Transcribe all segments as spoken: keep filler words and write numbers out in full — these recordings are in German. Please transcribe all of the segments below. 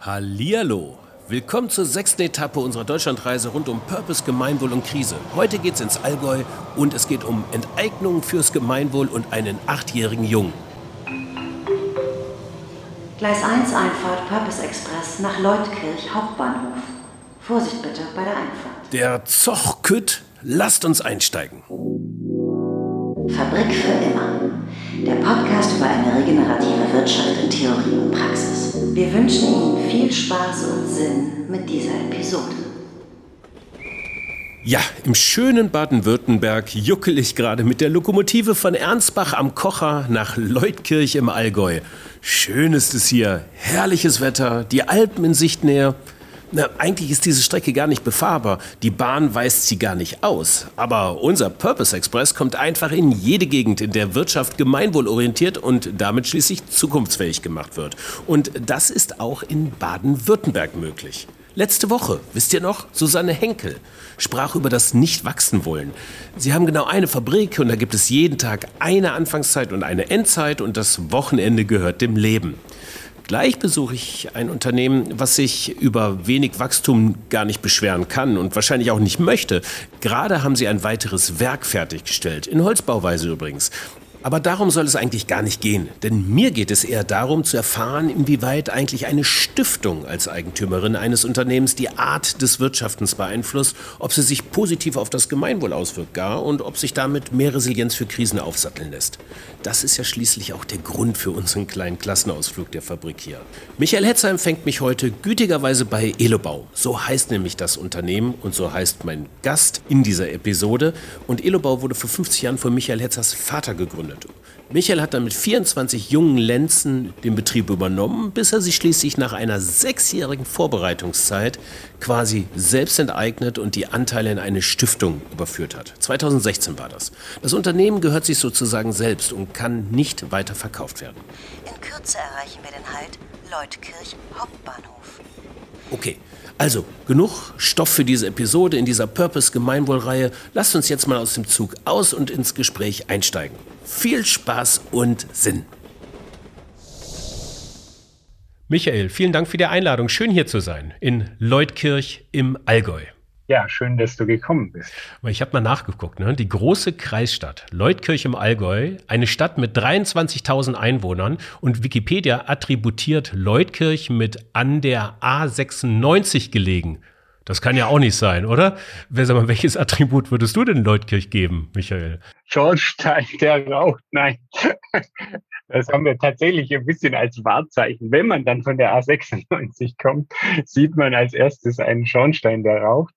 Hallihallo! Willkommen zur sechsten Etappe unserer Deutschlandreise rund um Purpose, Gemeinwohl und Krise. Heute geht's ins Allgäu und es geht um Enteignung fürs Gemeinwohl und einen achtjährigen Jungen. Gleis eins Einfahrt Purpose Express nach Leutkirch Hauptbahnhof. Vorsicht bitte bei der Einfahrt. Der Zochkütt, lasst uns einsteigen. Fabrik für immer. Der Podcast über eine regenerative Wirtschaft in Theorie und Praxis. Wir wünschen Ihnen viel Spaß und Sinn mit dieser Episode. Ja, im schönen Baden-Württemberg juckel ich gerade mit der Lokomotive von Ernstbach am Kocher nach Leutkirch im Allgäu. Schön ist es hier, herrliches Wetter, die Alpen in Sichtnähe. Na, eigentlich ist diese Strecke gar nicht befahrbar. Die Bahn weist sie gar nicht aus. Aber unser Purpose Express kommt einfach in jede Gegend, in der Wirtschaft gemeinwohlorientiert und damit schließlich zukunftsfähig gemacht wird. Und das ist auch in Baden-Württemberg möglich. Letzte Woche, wisst ihr noch, Susanne Henkel sprach über das Nicht-Wachsen-Wollen. Sie haben genau eine Fabrik und da gibt es jeden Tag eine Anfangszeit und eine Endzeit und das Wochenende gehört dem Leben. Gleich besuche ich ein Unternehmen, was sich über wenig Wachstum gar nicht beschweren kann und wahrscheinlich auch nicht möchte. Gerade haben sie ein weiteres Werk fertiggestellt, in Holzbauweise übrigens. Aber darum soll es eigentlich gar nicht gehen, denn mir geht es eher darum zu erfahren, inwieweit eigentlich eine Stiftung als Eigentümerin eines Unternehmens die Art des Wirtschaftens beeinflusst, ob sie sich positiv auf das Gemeinwohl auswirkt gar und ob sich damit mehr Resilienz für Krisen aufsatteln lässt. Das ist ja schließlich auch der Grund für unseren kleinen Klassenausflug der Fabrik hier. Michael Hetzer empfängt mich heute gütigerweise bei Elobau. So heißt nämlich das Unternehmen und so heißt mein Gast in dieser Episode. Und Elobau wurde vor fünfzig Jahren von Michael Hetzers Vater gegründet. Michael hat dann mit vierundzwanzig jungen Lenzen den Betrieb übernommen, bis er sich schließlich nach einer sechsjährigen Vorbereitungszeit quasi selbst enteignet und die Anteile in eine Stiftung überführt hat. zweitausendsechzehn war das. Das Unternehmen gehört sich sozusagen selbst und kann nicht weiter verkauft werden. In Kürze erreichen wir den Halt Leutkirch Hauptbahnhof. Okay, also genug Stoff für diese Episode in dieser Purpose-Gemeinwohl-Reihe. Lasst uns jetzt mal aus dem Zug aus und ins Gespräch einsteigen. Viel Spaß und Sinn. Michael, vielen Dank für die Einladung. Schön hier zu sein in Leutkirch im Allgäu. Ja, schön, dass du gekommen bist. Ich habe mal nachgeguckt, ne? Die große Kreisstadt Leutkirch im Allgäu, eine Stadt mit dreiundzwanzigtausend Einwohnern und Wikipedia attributiert Leutkirch mit an der A sechsundneunzig gelegen. Das kann ja auch nicht sein, oder? Wer, sag mal, welches Attribut würdest du denn Leutkirch geben, Michael? Schornstein, der raucht, nein. Das haben wir tatsächlich ein bisschen als Wahrzeichen. Wenn man dann von der A sechsundneunzig kommt, sieht man als erstes einen Schornstein, der raucht.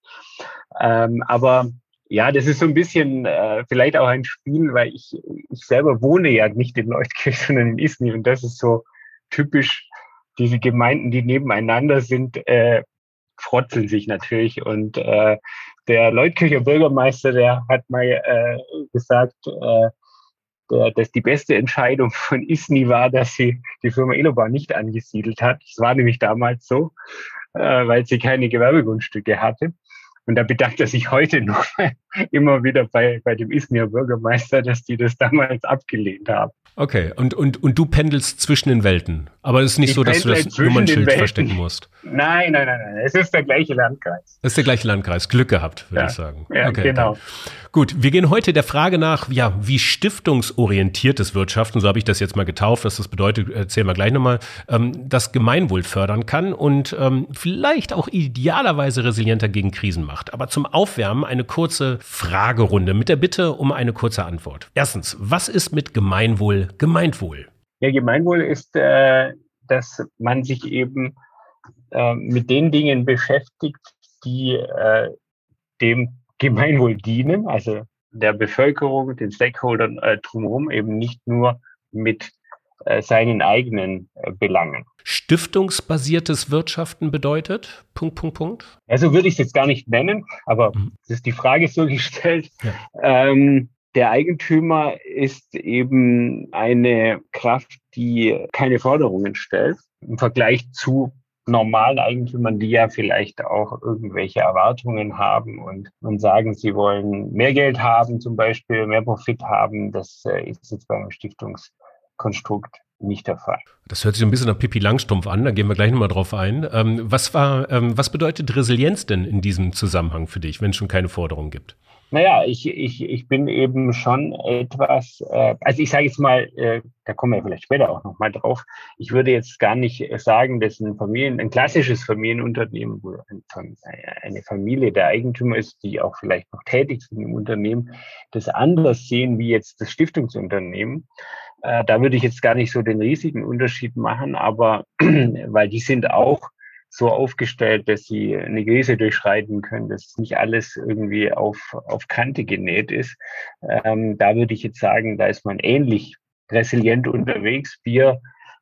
Ähm, aber ja, das ist so ein bisschen äh, vielleicht auch ein Spiel, weil ich, ich selber wohne ja nicht in Leutkirch, sondern in Isny. Und das ist so typisch, diese Gemeinden, die nebeneinander sind, äh, frotzeln sich natürlich. Und äh, der Leutkircher Bürgermeister, der hat mal äh, gesagt, äh, der, dass die beste Entscheidung von Isny war, dass sie die Firma Elobau nicht angesiedelt hat. Das war nämlich damals so, äh, weil sie keine Gewerbegrundstücke hatte. Und da bedankt er sich heute noch immer wieder bei, bei dem Isnyer Bürgermeister, dass die das damals abgelehnt haben. Okay, und, und, und du pendelst zwischen den Welten. Aber es ist nicht Ich so, dass du das Nummernschild verstecken musst. Nein, nein, nein, nein. Es ist der gleiche Landkreis. Es ist der gleiche Landkreis. Glück gehabt, würde ja. ich sagen. Ja, okay, genau. Okay. Gut, wir gehen heute der Frage nach, ja, wie stiftungsorientiertes Wirtschaften, so habe ich das jetzt mal getauft, was das bedeutet, erzählen wir gleich nochmal, ähm, das Gemeinwohl fördern kann und ähm, vielleicht auch idealerweise resilienter gegen Krisen macht. Aber zum Aufwärmen eine kurze Fragerunde mit der Bitte um eine kurze Antwort. Erstens, was ist mit Gemeinwohl gemeint wohl? Ja, Gemeinwohl ist, äh, dass man sich eben äh, mit den Dingen beschäftigt, die äh, dem Gemeinwohl dienen, also der Bevölkerung, den Stakeholdern äh, drumherum, eben nicht nur mit äh, seinen eigenen äh, Belangen. Stiftungsbasiertes Wirtschaften bedeutet? Punkt, Punkt, Punkt. Also würde ich es jetzt gar nicht nennen, aber Mhm. es ist die Frage so gestellt. Ja. Ähm, der Eigentümer ist eben eine Kraft, die keine Forderungen stellt, im Vergleich zu normalen Eigentümern, die ja vielleicht auch irgendwelche Erwartungen haben und, und sagen, sie wollen mehr Geld haben, zum Beispiel mehr Profit haben. Das äh, ist jetzt beim Stiftungskonstrukt nicht der Fall. Das hört sich so ein bisschen nach Pippi Langstrumpf an, da gehen wir gleich nochmal drauf ein. Ähm, was war, ähm, was bedeutet Resilienz denn in diesem Zusammenhang für dich, wenn es schon keine Forderung gibt? Naja, ich, ich, ich bin eben schon etwas, äh, also ich sage jetzt mal, äh, da kommen wir vielleicht später auch nochmal drauf, ich würde jetzt gar nicht sagen, dass ein Familien, ein klassisches Familienunternehmen, wo eine Familie der Eigentümer ist, die auch vielleicht noch tätig sind im Unternehmen, das anders sehen wie jetzt das Stiftungsunternehmen. Äh, da würde ich jetzt gar nicht so den riesigen Unterschied machen, aber weil die sind auch so aufgestellt, dass sie eine Krise durchschreiten können, dass nicht alles irgendwie auf, auf Kante genäht ist. Ähm, da würde ich jetzt sagen, da ist man ähnlich resilient unterwegs. Wir,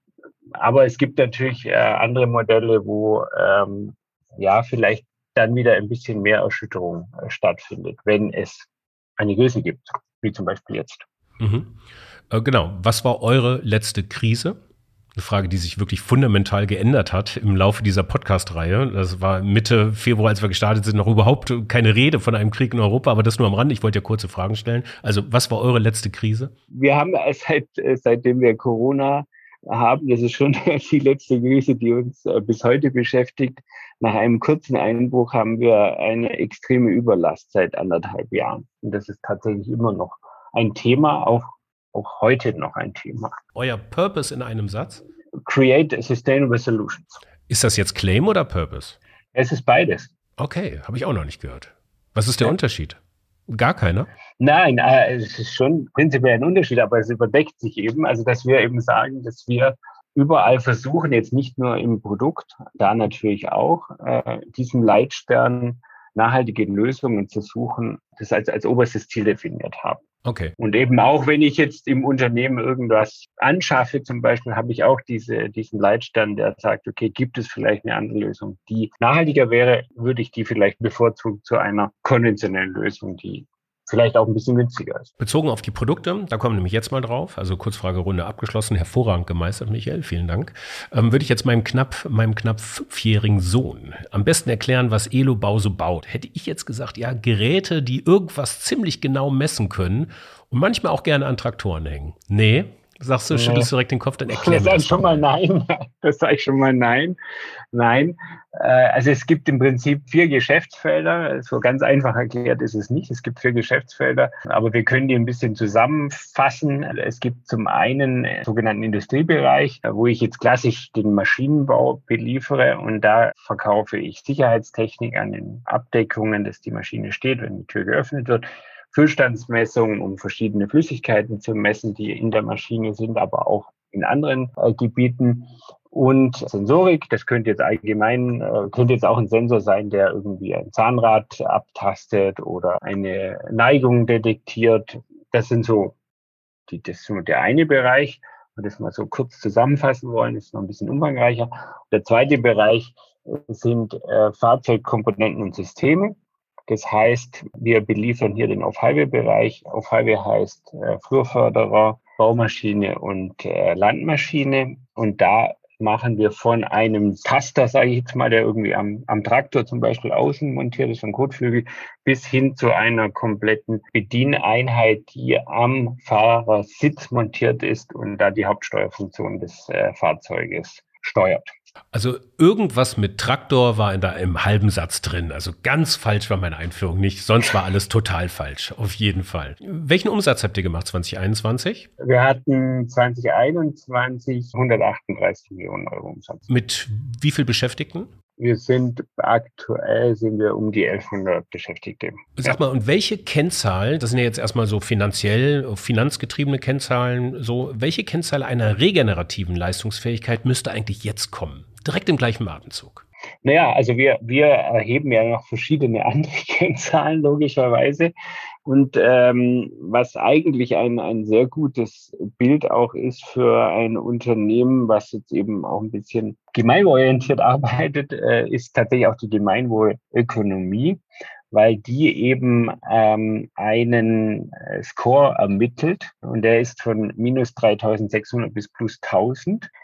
aber es gibt natürlich äh, andere Modelle, wo ähm, ja vielleicht dann wieder ein bisschen mehr Erschütterung äh, stattfindet, wenn es eine Krise gibt, wie zum Beispiel jetzt. Mhm. Äh, genau. Was war eure letzte Krise? Eine Frage, die sich wirklich fundamental geändert hat im Laufe dieser Podcast-Reihe. Das war Mitte Februar, als wir gestartet sind, noch überhaupt keine Rede von einem Krieg in Europa, aber das nur am Rand. Ich wollte ja kurze Fragen stellen. Also, was war eure letzte Krise? Wir haben seit, seitdem wir Corona haben, das ist schon die letzte Krise, die uns bis heute beschäftigt. Nach einem kurzen Einbruch haben wir eine extreme Überlast seit anderthalb Jahren. Und das ist tatsächlich immer noch ein Thema, auch Auch heute noch ein Thema. Euer Purpose in einem Satz? Create Sustainable Solutions. Ist das jetzt Claim oder Purpose? Es ist beides. Okay, habe ich auch noch nicht gehört. Was ist der Ja. Unterschied? Gar keiner? Nein, äh, es ist schon prinzipiell ein Unterschied, aber es überdeckt sich eben. Also, dass wir eben sagen, dass wir überall versuchen, jetzt nicht nur im Produkt, da natürlich auch, äh, diesen Leitstern nachhaltige Lösungen zu suchen, das als, als oberstes Ziel definiert haben. Okay. Und eben auch, wenn ich jetzt im Unternehmen irgendwas anschaffe, zum Beispiel, habe ich auch diese, diesen Leitstern, der sagt, okay, gibt es vielleicht eine andere Lösung, die nachhaltiger wäre, würde ich die vielleicht bevorzugen zu einer konventionellen Lösung, die vielleicht auch ein bisschen günstiger ist. Bezogen auf die Produkte, da kommen wir nämlich jetzt mal drauf, also Kurzfragerunde abgeschlossen, hervorragend gemeistert, Michael, vielen Dank. Ähm, würde ich jetzt meinem knapp, meinem knapp fünfjährigen Sohn am besten erklären, was Elobau so baut. Hätte ich jetzt gesagt, ja, Geräte, die irgendwas ziemlich genau messen können und manchmal auch gerne an Traktoren hängen. Nee, sagst du, schüttelst du direkt den Kopf, dann erklär mir das. das Das schon mal nein. Das sage ich schon mal nein. Nein. Also es gibt im Prinzip vier Geschäftsfelder. So ganz einfach erklärt ist es nicht. Es gibt vier Geschäftsfelder, aber wir können die ein bisschen zusammenfassen. Es gibt zum einen den sogenannten Industriebereich, wo ich jetzt klassisch den Maschinenbau beliefere und da verkaufe ich Sicherheitstechnik an den Abdeckungen, dass die Maschine steht, wenn die Tür geöffnet wird. Füllstandsmessungen, um verschiedene Flüssigkeiten zu messen, die in der Maschine sind, aber auch in anderen äh, Gebieten. Und Sensorik, das könnte jetzt allgemein, äh, könnte jetzt auch ein Sensor sein, der irgendwie ein Zahnrad abtastet oder eine Neigung detektiert. Das sind so, die, das ist nur der eine Bereich. Wenn wir das mal so kurz zusammenfassen wollen, ist noch ein bisschen umfangreicher. Der zweite Bereich sind äh, Fahrzeugkomponenten und Systeme. Das heißt, wir beliefern hier den Off-Highway-Bereich. Off-Highway heißt äh, Flurförderer, Baumaschine und äh, Landmaschine. Und da machen wir von einem Taster, sage ich jetzt mal, der irgendwie am, am Traktor zum Beispiel außen montiert ist, am Kotflügel, bis hin zu einer kompletten Bedieneinheit, die am Fahrersitz montiert ist und da die Hauptsteuerfunktion des äh, Fahrzeuges steuert. Also irgendwas mit Traktor war in da im halben Satz drin. Also ganz falsch war meine Einführung nicht. Sonst war alles total falsch. Auf jeden Fall. Welchen Umsatz habt ihr gemacht zwanzig einundzwanzig? Wir hatten zwanzig einundzwanzig hundertachtunddreißig Millionen Euro Umsatz. Mit wie viel Beschäftigten? Wir sind aktuell sind wir um die elfhundert Beschäftigte. Sag mal, und welche Kennzahl, das sind ja jetzt erstmal so finanziell, finanzgetriebene Kennzahlen, so, welche Kennzahl einer regenerativen Leistungsfähigkeit müsste eigentlich jetzt kommen? Direkt im gleichen Atemzug. Naja, also wir, wir erheben ja noch verschiedene andere Kennzahlen, logischerweise. Und ähm, was eigentlich ein, ein sehr gutes Bild auch ist für ein Unternehmen, was jetzt eben auch ein bisschen gemeinwohlorientiert arbeitet, äh, ist tatsächlich auch die Gemeinwohlökonomie, weil die eben ähm, einen Score ermittelt und der ist von minus dreitausendsechshundert bis plus tausend.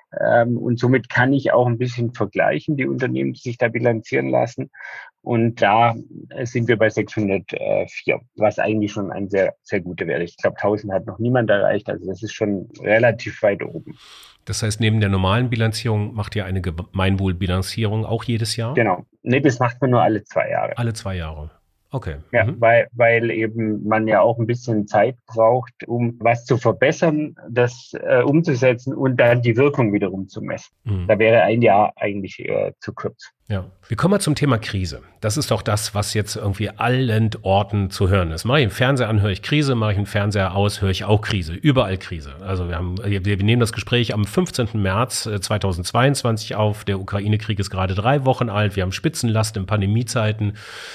Ähm, und somit kann ich auch ein bisschen vergleichen, die Unternehmen, die sich da bilanzieren lassen. Und da sind wir bei sechshundertvier, was eigentlich schon ein sehr, sehr guter Wert ist. Ich glaube, tausend hat noch niemand erreicht. Also das ist schon relativ weit oben. Das heißt, neben der normalen Bilanzierung macht ihr eine Gemeinwohlbilanzierung auch jedes Jahr? Genau. Nee, das macht man nur alle zwei Jahre. Alle zwei Jahre. Okay. Ja, mhm. weil, weil eben man ja auch ein bisschen Zeit braucht, um was zu verbessern, das äh, umzusetzen und dann die Wirkung wiederum zu messen. Mhm. Da wäre ein Jahr eigentlich äh, zu kurz. Ja. Wir kommen mal zum Thema Krise. Das ist doch das, was jetzt irgendwie allen Orten zu hören ist. Mache ich einen Fernseher an, höre ich Krise, mache ich einen Fernseher aus, höre ich auch Krise. Überall Krise. Also wir haben, wir, wir nehmen das Gespräch am fünfzehnten März zweitausendzweiundzwanzig auf. Der Ukraine-Krieg ist gerade drei Wochen alt. Wir haben Spitzenlast in Pandemiezeiten.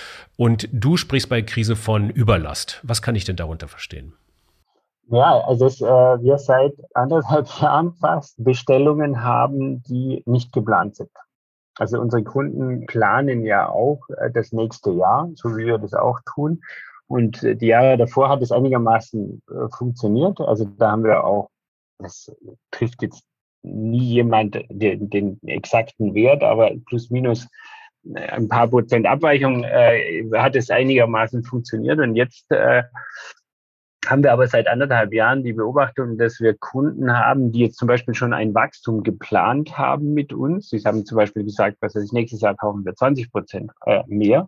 Und du sprichst bei Krise von Überlast. Was kann ich denn darunter verstehen? Ja, also es, äh, wir seit anderthalb Jahren fast Bestellungen haben, die nicht geplant sind. Also unsere Kunden planen ja auch äh, das nächste Jahr, so wie wir das auch tun. Und äh, die Jahre davor hat es einigermaßen äh, funktioniert. Also da haben wir auch, das trifft jetzt nie jemand den, den exakten Wert, aber plus minus ein paar Prozent Abweichung äh, hat es einigermaßen funktioniert. Und jetzt äh, haben wir aber seit anderthalb Jahren die Beobachtung, dass wir Kunden haben, die jetzt zum Beispiel schon ein Wachstum geplant haben mit uns. Sie haben zum Beispiel gesagt, was weiß ich, nächstes Jahr kaufen wir zwanzig Prozent äh, mehr.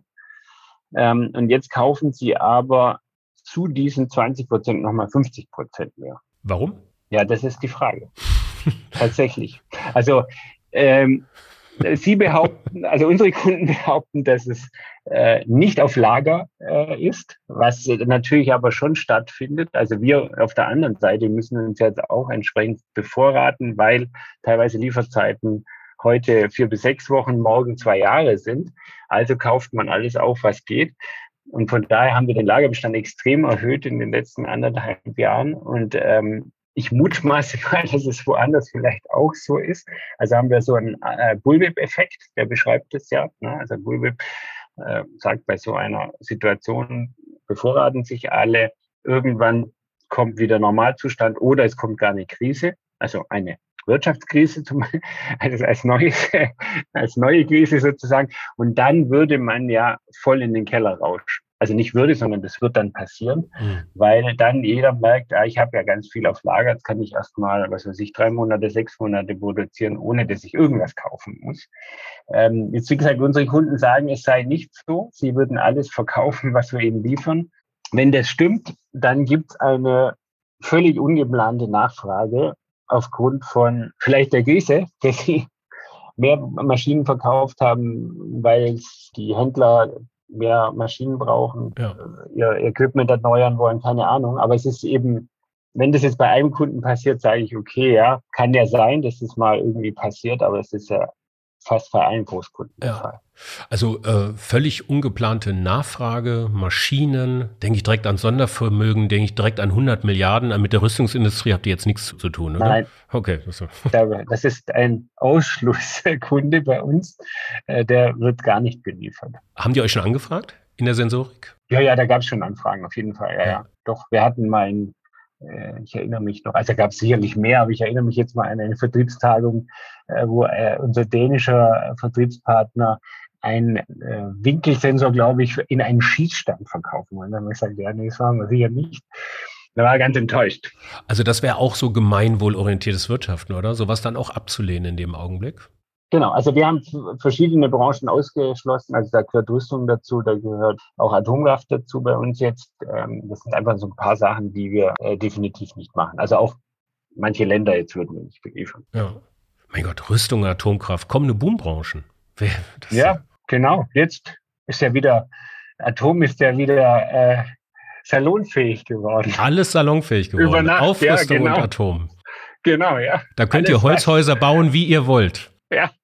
Ähm, und jetzt kaufen sie aber zu diesen zwanzig Prozent nochmal fünfzig Prozent mehr. Warum? Ja, das ist die Frage. Tatsächlich. Also, ähm, Sie behaupten, also unsere Kunden behaupten, dass es äh, nicht auf Lager äh, ist, was natürlich aber schon stattfindet. Also wir auf der anderen Seite müssen uns jetzt auch entsprechend bevorraten, weil teilweise Lieferzeiten heute vier bis sechs Wochen, morgen zwei Jahre sind. Also kauft man alles auf, was geht. Und von daher haben wir den Lagerbestand extrem erhöht in den letzten anderthalb Jahren. Und ähm, ich mutmaße mal, dass es woanders vielleicht auch so ist. Also haben wir so einen äh, Bullwhip-Effekt, der beschreibt es ja. Ne? Also Bullwhip äh, sagt, bei so einer Situation bevorraten sich alle. Irgendwann kommt wieder Normalzustand oder es kommt gar eine Krise, also eine Wirtschaftskrise zum Beispiel, also als neues, als neue Krise sozusagen. Und dann würde man ja voll in den Keller rauschen. Also nicht würde, sondern das wird dann passieren, mhm. weil dann jeder merkt, ah, ich habe ja ganz viel auf Lager, jetzt kann ich erstmal, was weiß ich, drei Monate, sechs Monate produzieren, ohne dass ich irgendwas kaufen muss. Ähm, jetzt, wie gesagt, unsere Kunden sagen, es sei nicht so. Sie würden alles verkaufen, was wir ihnen liefern. Wenn das stimmt, dann gibt es eine völlig ungeplante Nachfrage aufgrund von vielleicht der Krise, dass sie mehr Maschinen verkauft haben, weil die Händler mehr Maschinen brauchen, ja. ihr Equipment erneuern wollen, keine Ahnung. Aber es ist eben, wenn das jetzt bei einem Kunden passiert, sage ich, okay, ja, kann ja sein, dass das mal irgendwie passiert, aber es ist ja fast bei allen Großkunden der ja. Fall. Also äh, völlig ungeplante Nachfrage, Maschinen, denke ich direkt an Sondervermögen, denke ich direkt an hundert Milliarden. Mit der Rüstungsindustrie habt ihr jetzt nichts zu tun, oder? Nein. Okay. Das ist ein Ausschlusskunde bei uns, der wird gar nicht beliefert. Haben die euch schon angefragt in der Sensorik? Ja, ja, da gab es schon Anfragen, auf jeden Fall. Ja, ja. ja. Doch, wir hatten mal ein Ich erinnere mich noch, also da gab es sicherlich mehr, aber ich erinnere mich jetzt mal an eine Vertriebstagung, wo unser dänischer Vertriebspartner einen Winkelsensor, glaube ich, in einen Schießstand verkaufen wollte. Dann haben wir gesagt, ja, nee, das machen wir sicher nicht. Da war er ganz enttäuscht. Also das wäre auch so gemeinwohlorientiertes Wirtschaften, oder? Sowas dann auch abzulehnen in dem Augenblick? Genau, also wir haben verschiedene Branchen ausgeschlossen, also da gehört Rüstung dazu, da gehört auch Atomkraft dazu bei uns jetzt. Das sind einfach so ein paar Sachen, die wir definitiv nicht machen. Also auch manche Länder jetzt würden wir nicht beliefern. Ja, mein Gott, Rüstung, Atomkraft, kommende Boombranchen. Ja, ja, genau, jetzt ist ja wieder, Atom ist ja wieder äh, salonfähig geworden. Alles salonfähig geworden, Über Nacht, Aufrüstung ja, genau. und Atom. Genau, ja. Da könnt Alles ihr Holzhäuser bauen, wie ihr wollt. Ja,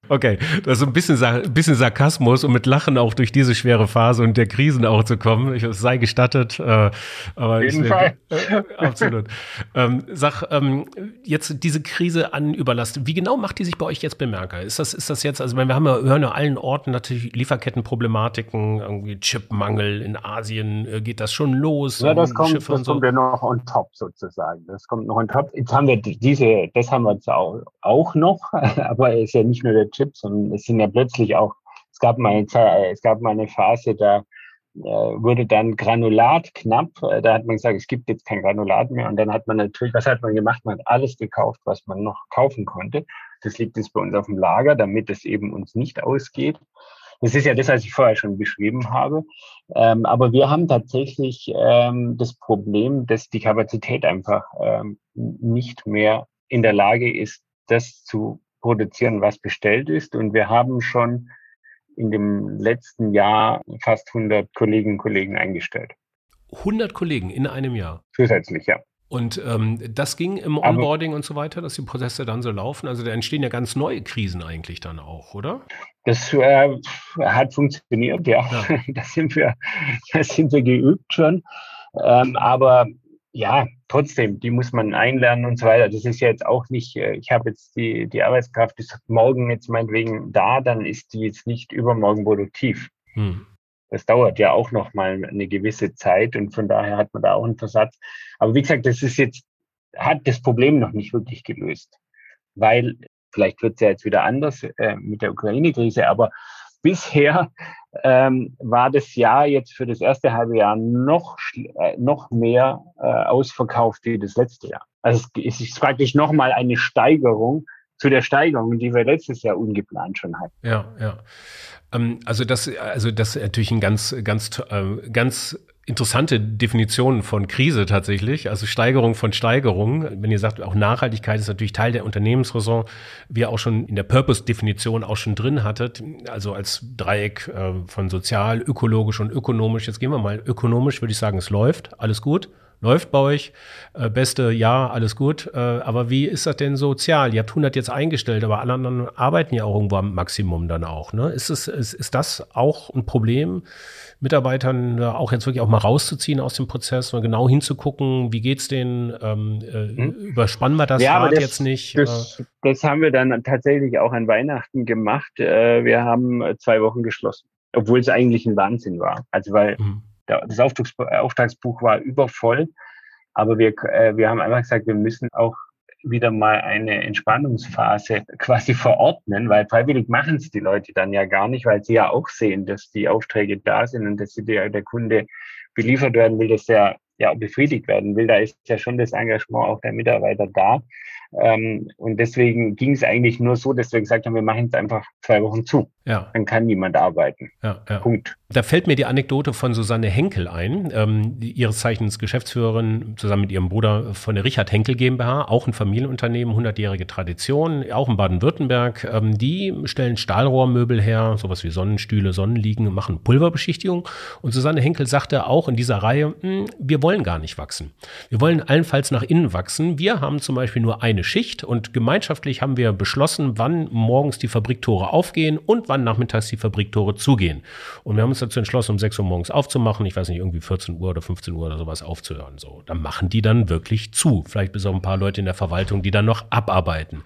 Okay, das ist ein bisschen, ein bisschen Sarkasmus, um mit Lachen auch durch diese schwere Phase und der Krisen auch zu kommen. Ich, es sei gestattet, äh, aber Auf jeden ich, Fall. Äh, absolut. ähm, sag, ähm, jetzt diese Krise an Überlast, wie genau macht die sich bei euch jetzt bemerkbar? Ist das, ist das jetzt, also wir haben ja, hören ja allen Orten natürlich Lieferkettenproblematiken, irgendwie Chipmangel in Asien, äh, geht das schon los? Ja, das kommt, Schiffe das und so. kommt ja noch on top sozusagen. Das kommt noch on top. Jetzt haben wir diese, das haben wir jetzt auch, auch noch, aber es ist ja nicht nur der Chip, sondern es sind ja plötzlich auch, es gab mal eine, Zeit- es gab mal eine Phase, da äh, wurde dann Granulat knapp. Äh, Da hat man gesagt, es gibt jetzt kein Granulat mehr. Und dann hat man natürlich, was hat man gemacht? Man hat alles gekauft, was man noch kaufen konnte. Das liegt jetzt bei uns auf dem Lager, damit es eben uns nicht ausgeht. Das ist ja das, was ich vorher schon beschrieben habe. Ähm, aber wir haben tatsächlich ähm, das Problem, dass die Kapazität einfach ähm, nicht mehr in der Lage ist, das zu produzieren, was bestellt ist. Und wir haben schon in dem letzten Jahr fast hundert Kolleginnen und Kollegen eingestellt. hundert Kollegen in einem Jahr. Zusätzlich, ja. Und ähm, das ging im Aber- Onboarding und so weiter, dass die Prozesse dann so laufen. Also da entstehen ja ganz neue Krisen eigentlich dann auch, oder? Das äh, hat funktioniert, ja. Ja. Da sind wir, da sind wir geübt schon. Ähm, aber ja, trotzdem, die muss man einlernen und so weiter. Das ist ja jetzt auch nicht, äh, ich habe jetzt die, die Arbeitskraft ist morgen jetzt meinetwegen da, dann ist die jetzt nicht übermorgen produktiv. Hm. Das dauert ja auch noch mal eine gewisse Zeit und von daher hat man da auch einen Versatz. Aber wie gesagt, das ist jetzt, hat das Problem noch nicht wirklich gelöst, weil vielleicht wird es ja jetzt wieder anders äh, mit der Ukraine-Krise, aber bisher ähm, war das Jahr jetzt für das erste halbe Jahr noch, äh, noch mehr äh, ausverkauft wie das letzte Jahr. Also es ist praktisch nochmal eine Steigerung zu der Steigerung, die wir letztes Jahr ungeplant schon hatten. Ja, ja. Ähm, also das, also das ist natürlich ein ganz, ganz, äh, ganz interessante Definition von Krise tatsächlich, also Steigerung von Steigerung. Wenn ihr sagt, auch Nachhaltigkeit ist natürlich Teil der Unternehmensraison, wie ihr auch schon in der Purpose-Definition auch schon drin hattet, also als Dreieck äh, von sozial, ökologisch und ökonomisch. Jetzt gehen wir mal ökonomisch, würde ich sagen, es läuft, alles gut. Läuft bei euch, äh, beste, ja, alles gut. Äh, aber wie ist das denn sozial? Ihr habt hundert jetzt eingestellt, aber alle anderen arbeiten ja auch irgendwo am Maximum dann auch. Ne? Ist, es, ist, ist das auch ein Problem, Mitarbeitern da auch jetzt wirklich auch mal rauszuziehen aus dem Prozess, mal genau hinzugucken, wie geht's denen? Ähm, äh, hm? Überspannen wir das ja, Rad das, jetzt nicht? Das, das haben wir dann tatsächlich auch an Weihnachten gemacht. Äh, wir haben zwei Wochen geschlossen, obwohl es eigentlich ein Wahnsinn war. Also weil hm. Das Auftrags, Auftragsbuch war übervoll, aber wir, äh, wir haben einfach gesagt, wir müssen auch wieder mal eine Entspannungsphase quasi verordnen, weil freiwillig machen es die Leute dann ja gar nicht, weil sie ja auch sehen, dass die Aufträge da sind und dass die, der, der Kunde beliefert werden will, dass der ja befriedigt werden will. Da ist ja schon das Engagement auch der Mitarbeiter da. Ähm, und deswegen ging es eigentlich nur so, dass wir gesagt haben, wir machen es einfach zwei Wochen zu. Ja. Dann kann niemand arbeiten. Ja, ja. Punkt. Da fällt mir die Anekdote von Susanne Henkel ein, ähm, ihres Zeichens Geschäftsführerin zusammen mit ihrem Bruder von der Richard Henkel GmbH, auch ein Familienunternehmen, hundertjährige Tradition, auch in Baden-Württemberg. Ähm, die stellen Stahlrohrmöbel her, sowas wie Sonnenstühle, Sonnenliegen, machen Pulverbeschichtigung. Und Susanne Henkel sagte auch in dieser Reihe, wir wollen gar nicht wachsen. Wir wollen allenfalls nach innen wachsen. Wir haben zum Beispiel nur eine Schicht und gemeinschaftlich haben wir beschlossen, wann morgens die Fabriktore aufgehen und wann nachmittags die Fabriktore zugehen. Und wir haben uns dazu entschlossen, um sechs Uhr morgens aufzumachen. Ich weiß nicht, irgendwie vierzehn Uhr oder fünfzehn Uhr oder sowas aufzuhören. So, dann machen die dann wirklich zu. Vielleicht bis auf ein paar Leute in der Verwaltung, die dann noch abarbeiten.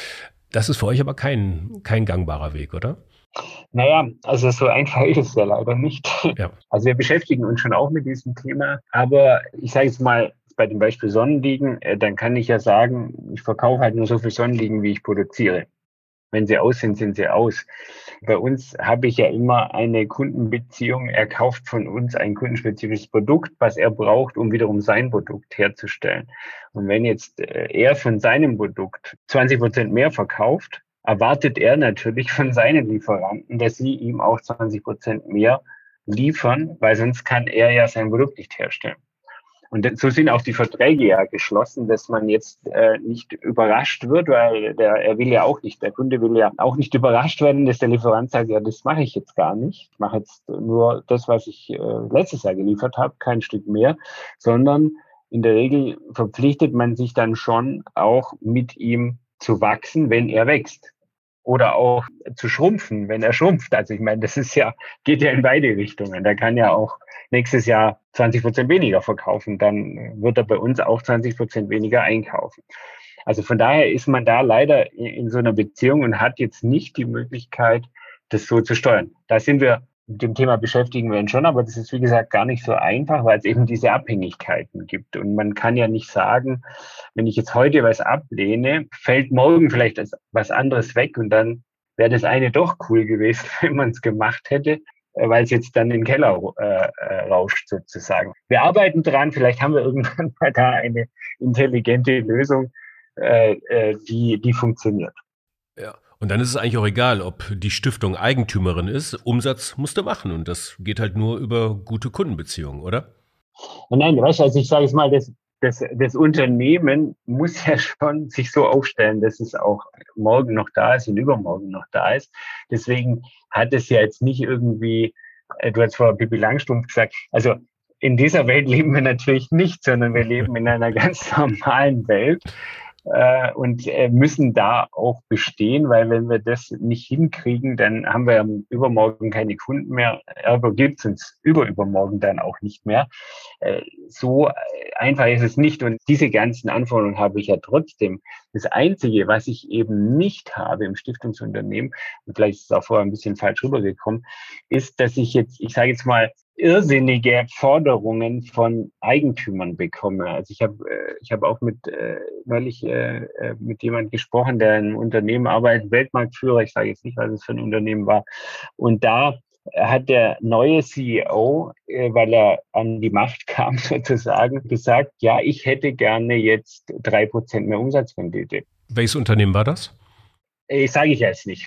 Das ist für euch aber kein, kein gangbarer Weg, oder? Naja, also so einfach ist es ja leider nicht. Ja. Also wir beschäftigen uns schon auch mit diesem Thema. Aber ich sage jetzt mal, bei dem Beispiel Sonnenliegen, dann kann ich ja sagen, ich verkaufe halt nur so viel Sonnenliegen, wie ich produziere. Wenn sie aus sind, sind sie aus. Bei uns habe ich ja immer eine Kundenbeziehung. Er kauft von uns ein kundenspezifisches Produkt, was er braucht, um wiederum sein Produkt herzustellen. Und wenn jetzt er von seinem Produkt zwanzig Prozent mehr verkauft, erwartet er natürlich von seinen Lieferanten, dass sie ihm auch zwanzig Prozent mehr liefern, weil sonst kann er ja sein Produkt nicht herstellen. Und so sind auch die Verträge ja geschlossen, dass man jetzt äh, nicht überrascht wird, weil der, er will ja auch nicht, der Kunde will ja auch nicht überrascht werden, dass der Lieferant sagt, ja, das mache ich jetzt gar nicht. Ich mache jetzt nur das, was ich äh, letztes Jahr geliefert habe, kein Stück mehr, sondern in der Regel verpflichtet man sich dann schon auch mit ihm zu wachsen, wenn er wächst. oder auch zu schrumpfen, wenn er schrumpft. Also ich meine, das ist ja, geht ja in beide Richtungen. Der kann ja auch nächstes Jahr zwanzig Prozent weniger verkaufen. Dann wird er bei uns auch zwanzig Prozent weniger einkaufen. Also von daher ist man da leider in so einer Beziehung und hat jetzt nicht die Möglichkeit, das so zu steuern. Da sind wir, mit dem Thema beschäftigen wir uns schon, aber das ist, wie gesagt, gar nicht so einfach, weil es eben diese Abhängigkeiten gibt. Und man kann ja nicht sagen, wenn ich jetzt heute was ablehne, fällt morgen vielleicht was anderes weg und dann wäre das eine doch cool gewesen, wenn man es gemacht hätte, weil es jetzt dann in den Keller äh, rauscht sozusagen. Wir arbeiten dran, vielleicht haben wir irgendwann mal da eine intelligente Lösung, äh, äh, die, die funktioniert. Ja. Und dann ist es eigentlich auch egal, ob die Stiftung Eigentümerin ist. Umsatz musst du machen und das geht halt nur über gute Kundenbeziehungen, oder? Nein, weißt du, also ich sage es mal, das, das, das Unternehmen muss ja schon sich so aufstellen, dass es auch morgen noch da ist und übermorgen noch da ist. Deswegen hat es ja jetzt nicht irgendwie, du hast vorher Pippi Langstrumpf gesagt, also in dieser Welt leben wir natürlich nicht, sondern wir leben in einer ganz normalen Welt. Äh, und äh, müssen da auch bestehen, weil wenn wir das nicht hinkriegen, dann haben wir übermorgen keine Kunden mehr, ergo gibt es uns überübermorgen dann auch nicht mehr. Äh, so einfach ist es nicht und diese ganzen Anforderungen habe ich ja trotzdem. Das Einzige, was ich eben nicht habe im Stiftungsunternehmen, und vielleicht ist es auch vorher ein bisschen falsch rübergekommen, ist, dass ich jetzt, ich sage jetzt mal, irrsinnige Forderungen von Eigentümern bekomme. Also ich habe äh, ich habe auch mit äh, neulich äh, mit jemand gesprochen, der in einem Unternehmen arbeitet, Weltmarktführer, ich sage jetzt nicht, was es für ein Unternehmen war. Und da hat der neue C E O, äh, weil er an die Macht kam sozusagen, gesagt, ja, ich hätte gerne jetzt drei Prozent mehr Umsatzrendite. Welches Unternehmen war das? Ich sage ich jetzt nicht.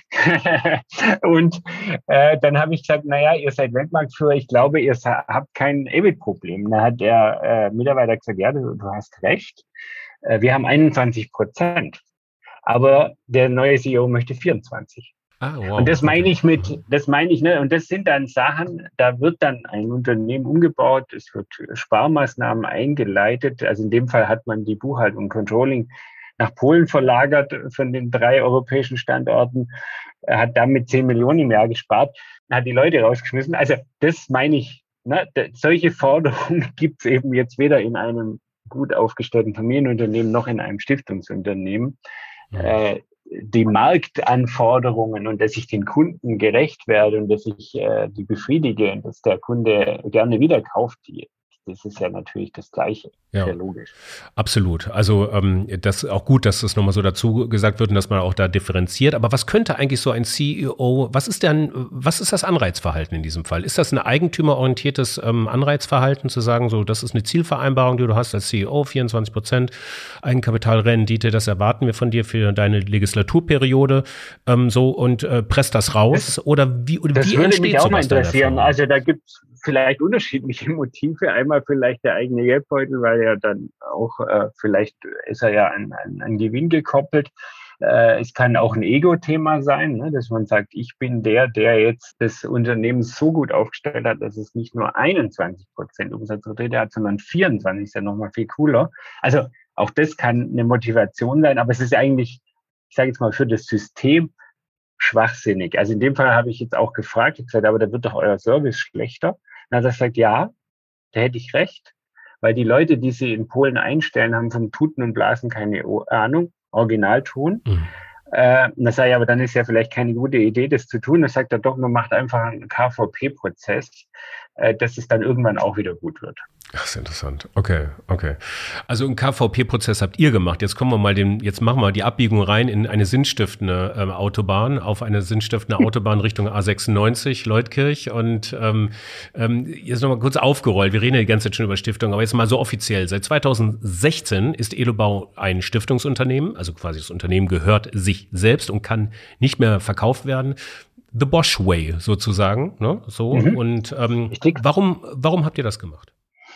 Und äh, dann habe ich gesagt, naja, ihr seid Weltmarktführer, ich glaube, ihr habt kein E B I T-Problem. Da hat der äh, Mitarbeiter gesagt, ja, du, du hast recht, äh, wir haben einundzwanzig Prozent, aber der neue C E O möchte vierundzwanzig. Ah, wow. Und das meine ich mit, das meine ich, ne, und das sind dann Sachen, da wird dann ein Unternehmen umgebaut, es wird Sparmaßnahmen eingeleitet, also in dem Fall hat man die Buchhaltung und Controlling nach Polen verlagert von den drei europäischen Standorten, hat damit zehn Millionen im Jahr gespart, hat die Leute rausgeschmissen. Also das meine ich, ne, solche Forderungen gibt es eben jetzt weder in einem gut aufgestellten Familienunternehmen noch in einem Stiftungsunternehmen. Mhm. Äh, die Marktanforderungen und dass ich den Kunden gerecht werde und dass ich äh, die befriedige und dass der Kunde gerne wieder kauft, die das ist ja natürlich das Gleiche. Ja, sehr logisch. Absolut. Also ähm, das ist auch gut, dass das nochmal so dazu gesagt wird und dass man auch da differenziert. Aber was könnte eigentlich so ein C E O, was ist denn, was ist das Anreizverhalten in diesem Fall? Ist das ein eigentümerorientiertes ähm, Anreizverhalten, zu sagen, so, das ist eine Zielvereinbarung, die du hast als C E O, vierundzwanzig Prozent Eigenkapitalrendite, das erwarten wir von dir für deine Legislaturperiode, ähm, so und äh, presst das raus? Das, oder wie, oder das wie würde entsteht mich auch mal sowas interessieren. Also da gibt es vielleicht unterschiedliche Motive. Einmal vielleicht der eigene Geldbeutel, weil er dann auch, äh, vielleicht ist er ja an, an, an Gewinn gekoppelt. Äh, es kann auch ein Ego-Thema sein, ne, dass man sagt, ich bin der, der jetzt das Unternehmen so gut aufgestellt hat, dass es nicht nur einundzwanzig Prozent Umsatzrendite hat, sondern vierundzwanzig, ist ja nochmal viel cooler. Also auch das kann eine Motivation sein, aber es ist eigentlich, ich sage jetzt mal, für das System schwachsinnig. Also in dem Fall habe ich jetzt auch gefragt, ich gesagt, aber da wird doch euer Service schlechter. Dann hat er gesagt, ja, da hätte ich recht, weil die Leute, die sie in Polen einstellen, haben vom Tuten und Blasen keine Ahnung, Originalton. Mhm. Äh, und das sei ja, aber dann ist ja vielleicht keine gute Idee, das zu tun. Das sagt er doch, man macht einfach einen K V P-Prozess, äh, dass es dann irgendwann auch wieder gut wird. Das ist interessant. Okay, okay. Also einen K V P-Prozess habt ihr gemacht. Jetzt kommen wir mal den, jetzt machen wir die Abbiegung rein in eine sinnstiftende ähm, Autobahn, auf eine sinnstiftende Autobahn Richtung A sechsundneunzig, Leutkirch. Und ähm, ähm, jetzt nochmal kurz aufgerollt. Wir reden ja die ganze Zeit schon über Stiftung, aber jetzt mal so offiziell. Seit zweitausendsechzehn ist Elobau ein Stiftungsunternehmen, also quasi das Unternehmen gehört sich selbst und kann nicht mehr verkauft werden. The Bosch Way sozusagen, ne? So. Mhm. Und ähm, warum, warum habt ihr das gemacht?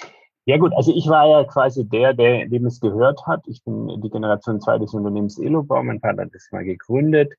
Ja gut, also ich war ja quasi der, der dem es gehört hat. Ich bin die Generation zwei des Unternehmens Elobau. Mein Vater hat das mal gegründet.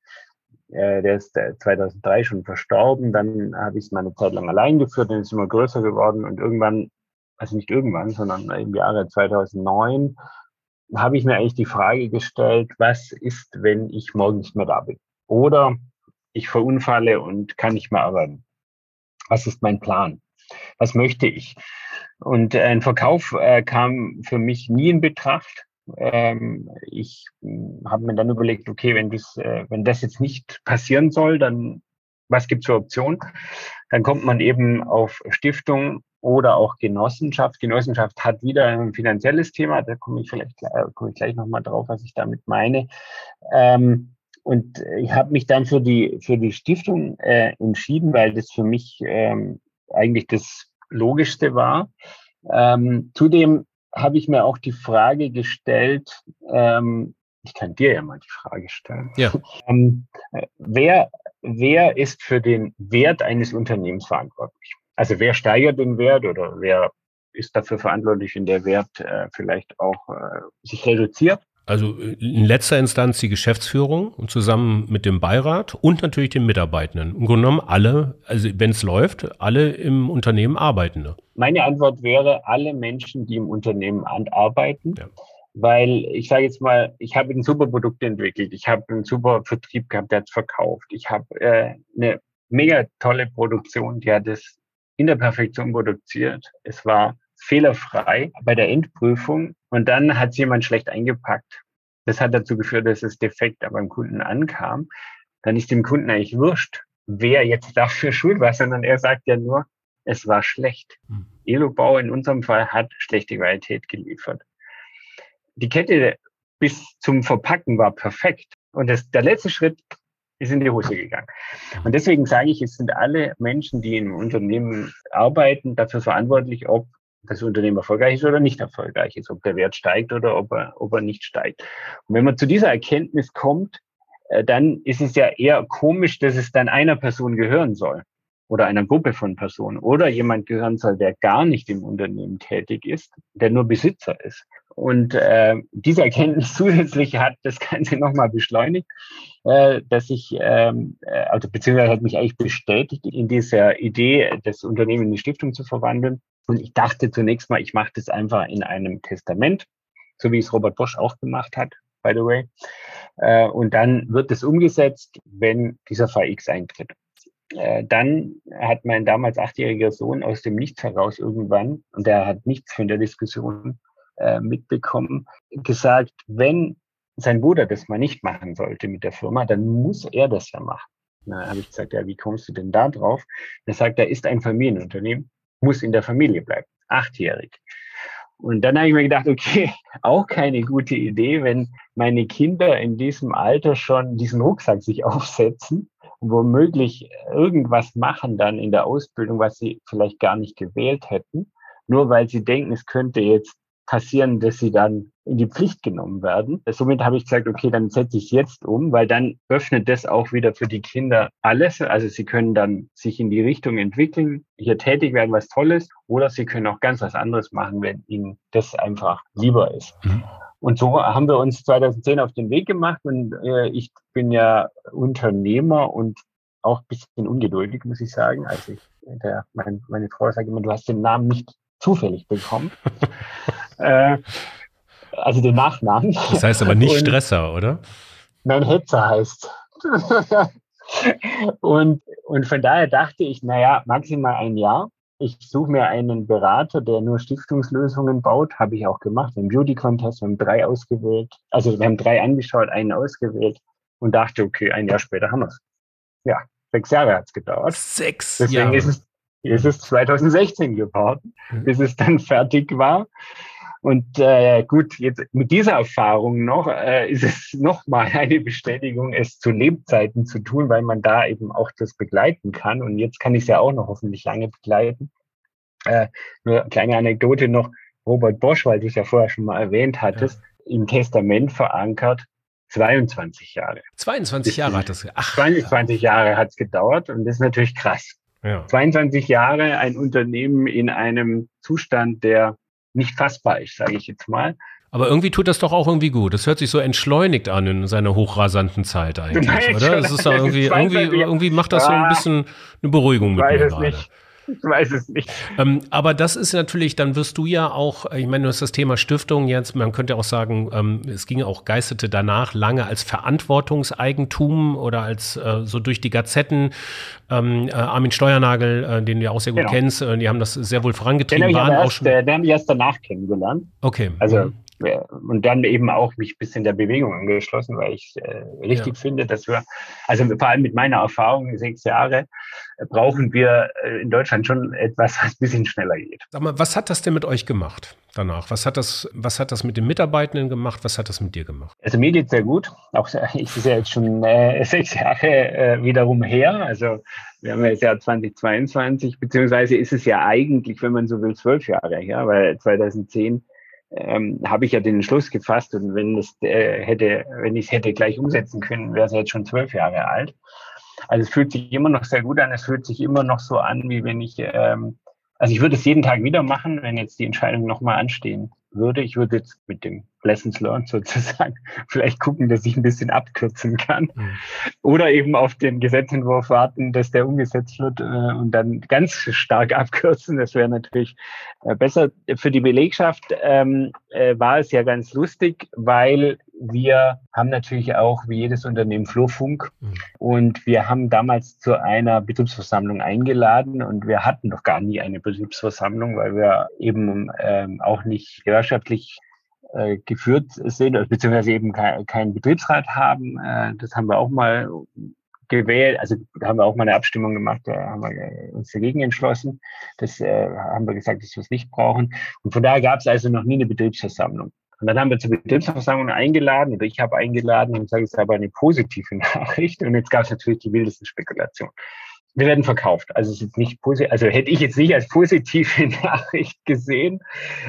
Äh, der ist zweitausenddrei schon verstorben. Dann habe ich es mal eine Zeit lang allein geführt. Dann ist es immer größer geworden. Und irgendwann, also nicht irgendwann, sondern im Jahre zweitausendneun, habe ich mir eigentlich die Frage gestellt, was ist, wenn ich morgen nicht mehr da bin? oder ich verunfalle und kann nicht mehr arbeiten. Was ist mein Plan? Was möchte ich? Und ein Verkauf äh, kam für mich nie in Betracht. Ähm, ich habe mir dann überlegt, okay, wenn das, äh, wenn das jetzt nicht passieren soll, dann was gibt's für Optionen? Dann kommt man eben auf Stiftung oder auch Genossenschaft. Genossenschaft hat wieder ein finanzielles Thema, da komme ich vielleicht äh, komme ich gleich nochmal drauf, was ich damit meine. Ähm, und ich habe mich dann für die für die Stiftung äh, entschieden, weil das für mich ähm, eigentlich das Logischste war. Ähm, zudem habe ich mir auch die Frage gestellt, ähm, ich kann dir ja mal die Frage stellen. Ja. Ähm, wer, wer ist für den Wert eines Unternehmens verantwortlich? Also wer steigert den Wert oder wer ist dafür verantwortlich, wenn der Wert äh, vielleicht auch äh, sich reduziert? Also in letzter Instanz die Geschäftsführung und zusammen mit dem Beirat und natürlich den Mitarbeitenden. Im Grunde genommen alle, also wenn es läuft, alle im Unternehmen Arbeitende. Meine Antwort wäre, alle Menschen, die im Unternehmen arbeiten. Ja. Weil ich sage jetzt mal, ich habe ein super Produkt entwickelt, ich habe einen super Vertrieb gehabt, der hat es verkauft. Ich habe äh, eine mega tolle Produktion, die hat es in der Perfektion produziert. Es war fehlerfrei bei der Endprüfung und dann hat es jemand schlecht eingepackt. Das hat dazu geführt, dass es defekt beim Kunden ankam. Dann ist dem Kunden eigentlich wurscht, wer jetzt dafür schuld war, sondern er sagt ja nur, es war schlecht. Mhm. Elobau in unserem Fall hat schlechte Qualität geliefert. Die Kette bis zum Verpacken war perfekt. Und das, der letzte Schritt ist in die Hose gegangen. Und deswegen sage ich, es sind alle Menschen, die im Unternehmen arbeiten, dafür verantwortlich, ob das Unternehmen erfolgreich ist oder nicht erfolgreich ist, ob der Wert steigt oder ob er, ob er nicht steigt. Und wenn man zu dieser Erkenntnis kommt, äh, dann ist es ja eher komisch, dass es dann einer Person gehören soll oder einer Gruppe von Personen oder jemand gehören soll, der gar nicht im Unternehmen tätig ist, der nur Besitzer ist. Und äh, diese Erkenntnis zusätzlich hat das Ganze nochmal beschleunigt, äh, dass ich, ähm, also beziehungsweise hat mich eigentlich bestätigt in dieser Idee, das Unternehmen in eine Stiftung zu verwandeln. Und ich dachte zunächst mal, ich mache das einfach in einem Testament, so wie es Robert Bosch auch gemacht hat, by the way. Äh, und dann wird es umgesetzt, wenn dieser Fall X eintritt. Äh, dann hat mein damals achtjähriger Sohn aus dem Nichts heraus irgendwann, und der hat nichts von der Diskussion äh, mitbekommen, gesagt, wenn sein Bruder das mal nicht machen sollte mit der Firma, dann muss er das ja machen. Na, habe ich gesagt, ja, wie kommst du denn da drauf? Er sagt, er ist ein Familienunternehmen, muss in der Familie bleiben, achtjährig. Und dann habe ich mir gedacht, okay, auch keine gute Idee, wenn meine Kinder in diesem Alter schon diesen Rucksack sich aufsetzen und womöglich irgendwas machen dann in der Ausbildung, was sie vielleicht gar nicht gewählt hätten, nur weil sie denken, es könnte jetzt passieren, dass sie dann in die Pflicht genommen werden. Somit habe ich gesagt, okay, dann setze ich es jetzt um, weil dann öffnet das auch wieder für die Kinder alles. Also sie können dann sich in die Richtung entwickeln, hier tätig werden, was Tolles, oder sie können auch ganz was anderes machen, wenn ihnen das einfach lieber ist. Mhm. Und so haben wir uns zweitausendzehn auf den Weg gemacht und äh, ich bin ja Unternehmer und auch ein bisschen ungeduldig, muss ich sagen. Also ich, der, mein, meine Frau sagt immer, du hast den Namen nicht zufällig bekommen. äh, also den Nachnamen. Das heißt aber nicht und Stresser, oder? Nein, Hetzer heißt. und, und von daher dachte ich, naja, maximal ein Jahr. Ich suche mir einen Berater, der nur Stiftungslösungen baut. Habe ich auch gemacht. Im Beauty Contest, wir haben drei ausgewählt. Also wir haben drei angeschaut, einen ausgewählt und dachte, okay, ein Jahr später haben wir es. Ja, sechs Jahre hat es gedauert. Sechs Deswegen Jahre. Ist es, ist es zweitausendsechzehn geworden, mhm. bis es dann fertig war. Und äh, gut, jetzt mit dieser Erfahrung noch äh, ist es nochmal eine Bestätigung, es zu Lebzeiten zu tun, weil man da eben auch das begleiten kann. Und jetzt kann ich es ja auch noch hoffentlich lange begleiten. Äh, nur eine kleine Anekdote noch. Robert Bosch, weil du es ja vorher schon mal erwähnt hattest, ja. im Testament verankert, zweiundzwanzig Jahre. zweiundzwanzig Jahre hat das. Ach, zweiundzwanzig ja. Jahre hat es gedauert und das ist natürlich krass. Ja. zweiundzwanzig Jahre ein Unternehmen in einem Zustand, der nicht fassbar ist, sage ich jetzt mal. Aber irgendwie tut das doch auch irgendwie gut. Das hört sich so entschleunigt an in seiner hochrasanten Zeit eigentlich, oder? Es ist doch irgendwie, irgendwie, irgendwie macht das so ein bisschen eine Beruhigung mit mir gerade. Nicht. Ich weiß es nicht. Ähm, aber das ist natürlich, dann wirst du ja auch, ich meine, du hast das Thema Stiftung jetzt, man könnte auch sagen, ähm, es ging auch, geisterte danach lange als Verantwortungseigentum oder als äh, so durch die Gazetten. Ähm, äh, Armin Steuernagel, äh, den du ja auch sehr gut Genau. kennst, äh, die haben das sehr wohl vorangetrieben. Den habe ich, waren aber auch erst, schon äh, den hab ich erst danach kennengelernt. Okay. Also Mhm. ja, und dann eben auch mich bis in der Bewegung angeschlossen, weil ich äh, richtig Ja. finde, dass wir, also vor allem mit meiner Erfahrung, sechs Jahre, äh, brauchen wir äh, in Deutschland schon etwas, was ein bisschen schneller geht. Sag mal, was hat das denn mit euch gemacht danach? Was hat das, was hat das mit den Mitarbeitenden gemacht? Was hat das mit dir gemacht? Also mir geht's sehr gut. Auch ich ist ja jetzt schon äh, sechs Jahre äh, wiederum her. Also wir haben ja das Jahr zweitausendzweiundzwanzig, beziehungsweise ist es ja eigentlich, wenn man so will, zwölf Jahre her, weil zweitausendzehn ähm, habe ich ja den Entschluss gefasst und wenn es äh, hätte, wenn ich es hätte gleich umsetzen können, wäre es jetzt schon zwölf Jahre alt. Also es fühlt sich immer noch sehr gut an. Es fühlt sich immer noch so an, wie wenn ich, ähm, also ich würde es jeden Tag wieder machen, wenn jetzt die Entscheidung nochmal anstehen würde. Ich würde jetzt mit dem Lessons Learned sozusagen vielleicht gucken, dass ich ein bisschen abkürzen kann. Mhm. Oder eben auf den Gesetzentwurf warten, dass der umgesetzt wird äh, und dann ganz stark abkürzen. Das wäre natürlich äh, besser. Für die Belegschaft ähm, äh, war es ja ganz lustig, weil wir haben natürlich auch wie jedes Unternehmen Flurfunk mhm. und wir haben damals zu einer Betriebsversammlung eingeladen und wir hatten noch gar nie eine Betriebsversammlung, weil wir eben ähm, auch nicht gewerkschaftlich äh, geführt sind, beziehungsweise eben keinen kein Betriebsrat haben. Äh, das haben wir auch mal gewählt, also da haben wir auch mal eine Abstimmung gemacht, da haben wir uns dagegen entschlossen. Das äh, haben wir gesagt, dass wir es nicht brauchen. Und von daher gab es also noch nie eine Betriebsversammlung. Und dann haben wir zur Betriebsversammlung eingeladen, oder ich habe eingeladen und sage, es ist aber eine positive Nachricht. Und jetzt gab es natürlich die wildesten Spekulationen. Wir werden verkauft. Also es ist jetzt nicht positiv, also hätte ich jetzt nicht als positive Nachricht gesehen.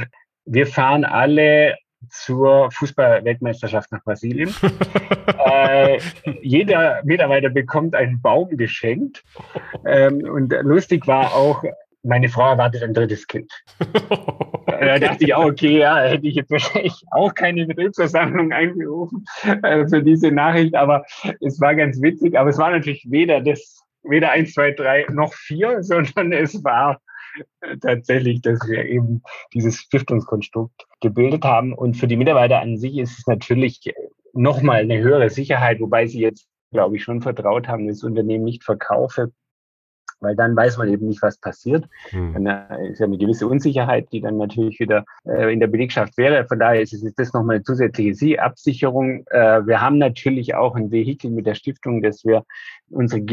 Wir fahren alle zur Fußball-Weltmeisterschaft nach Brasilien. äh, jeder Mitarbeiter bekommt einen Baum geschenkt. Ähm, und lustig war auch, meine Frau erwartet ein drittes Kind. Da dachte ich auch, okay, ja, hätte ich jetzt wahrscheinlich auch keine Betriebsversammlung einberufen äh, für diese Nachricht, aber es war ganz witzig. Aber es war natürlich weder das, weder eins, zwei, drei noch vier, sondern es war tatsächlich, dass wir eben dieses Stiftungskonstrukt gebildet haben. Und für die Mitarbeiter an sich ist es natürlich nochmal eine höhere Sicherheit, wobei sie jetzt, glaube ich, schon vertraut haben, wenn ich das Unternehmen nicht verkaufe, weil dann weiß man eben nicht, was passiert. Hm. Dann ist ja eine gewisse Unsicherheit, die dann natürlich wieder äh, in der Belegschaft wäre. Von daher ist es jetzt das nochmal eine zusätzliche Absicherung. Äh, wir haben natürlich auch ein Vehikel mit der Stiftung, dass wir unsere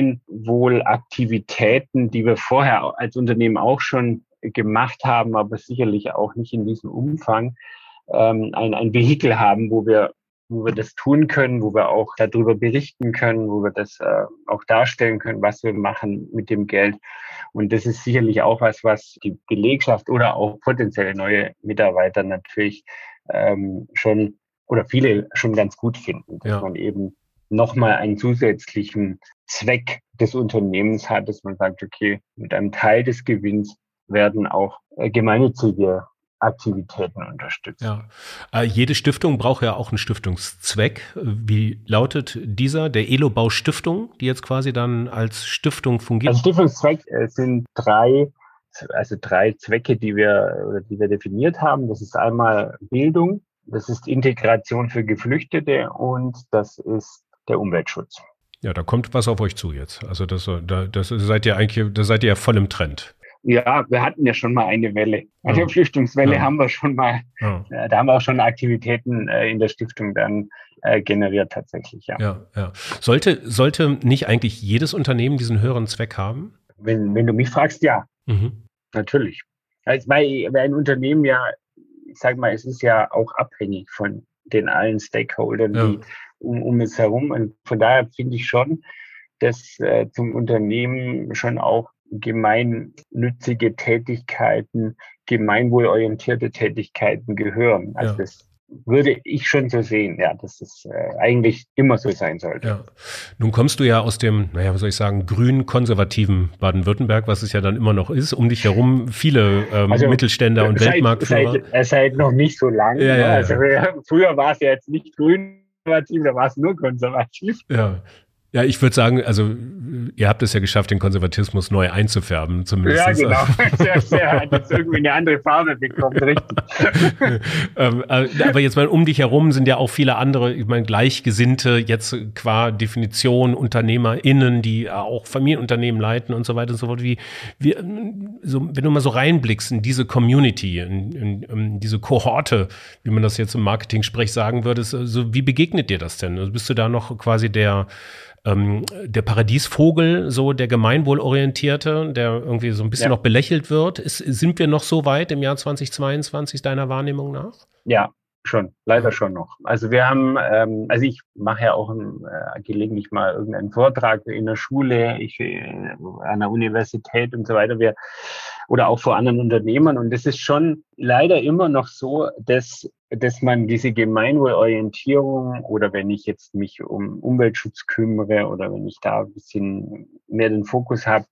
Gemeinwohlaktivitäten, die wir vorher als Unternehmen auch schon gemacht haben, aber sicherlich auch nicht in diesem Umfang, ähm, ein, ein Vehikel haben, wo wir wo wir das tun können, wo wir auch darüber berichten können, wo wir das äh, auch darstellen können, was wir machen mit dem Geld. Und das ist sicherlich auch was, was die Belegschaft oder auch potenzielle neue Mitarbeiter natürlich ähm, schon oder viele schon ganz gut finden, dass ja. man eben nochmal einen zusätzlichen Zweck des Unternehmens hat, dass man sagt, okay, mit einem Teil des Gewinns werden auch äh, gemeinnützige Aktivitäten unterstützt. Ja. Äh, jede Stiftung braucht ja auch einen Stiftungszweck. Wie lautet dieser, der Elobau Stiftung, die jetzt quasi dann als Stiftung fungiert? Also Stiftungszweck äh, sind drei, also drei Zwecke, die wir oder die wir definiert haben. Das ist einmal Bildung, das ist Integration für Geflüchtete und das ist der Umweltschutz. Ja, da kommt was auf euch zu jetzt. Also das, da, das seid ihr eigentlich, da seid ihr ja voll im Trend. Ja, wir hatten ja schon mal eine Welle. Eine ja. Flüchtlingswelle ja. haben wir schon mal, ja. äh, da haben wir auch schon Aktivitäten äh, in der Stiftung dann äh, generiert tatsächlich, ja. Ja, ja. Sollte, sollte nicht eigentlich jedes Unternehmen diesen höheren Zweck haben? Wenn, wenn du mich fragst, ja. Mhm. Natürlich. Also, weil, weil ein Unternehmen ja, ich sag mal, es ist ja auch abhängig von den allen Stakeholdern, ja. die um, um es herum. Und von daher finde ich schon, dass äh, zum Unternehmen schon auch gemeinnützige Tätigkeiten, gemeinwohlorientierte Tätigkeiten gehören. Also ja. das würde ich schon so sehen, ja, dass es äh, eigentlich immer so sein sollte. Ja. Nun kommst du ja aus dem, naja, was soll ich sagen, grün-konservativen Baden-Württemberg, was es ja dann immer noch ist. Um dich herum viele ähm, also, Mittelständler und seit, Weltmarktführer. Seit, seit noch nicht so lange. Ja, ja, also ja. Früher war es ja jetzt nicht grün-konservativ, da war es nur konservativ. Ja. Ja, ich würde sagen, also Ihr habt es ja geschafft, den Konservatismus neu einzufärben, zumindest. Ja, genau. Sehr, sehr, hat jetzt irgendwie eine andere Farbe bekommen, richtig. ähm, aber jetzt mal um dich herum sind ja auch viele andere, ich meine, Gleichgesinnte, jetzt qua Definition UnternehmerInnen, die auch Familienunternehmen leiten und so weiter und so fort. Wie, wie so, wenn du mal so reinblickst in diese Community, in, in, in diese Kohorte, wie man das jetzt im Marketing-Sprech sagen würde, so, wie begegnet dir das denn? Also bist du da noch quasi der Ähm, der Paradiesvogel, so der Gemeinwohlorientierte, der irgendwie so ein bisschen ja. noch belächelt wird. Ist, sind wir noch so weit im Jahr zweitausendzweiundzwanzig deiner Wahrnehmung nach? Ja, schon, leider schon noch. Also wir haben, ähm, also ich mache ja auch äh, gelegentlich mal irgendeinen Vortrag in der Schule, ich äh, an der Universität und so weiter, wir oder auch vor anderen Unternehmern. Und es ist schon leider immer noch so, dass dass man diese Gemeinwohlorientierung oder wenn ich jetzt mich um Umweltschutz kümmere oder wenn ich da ein bisschen mehr den Fokus habe,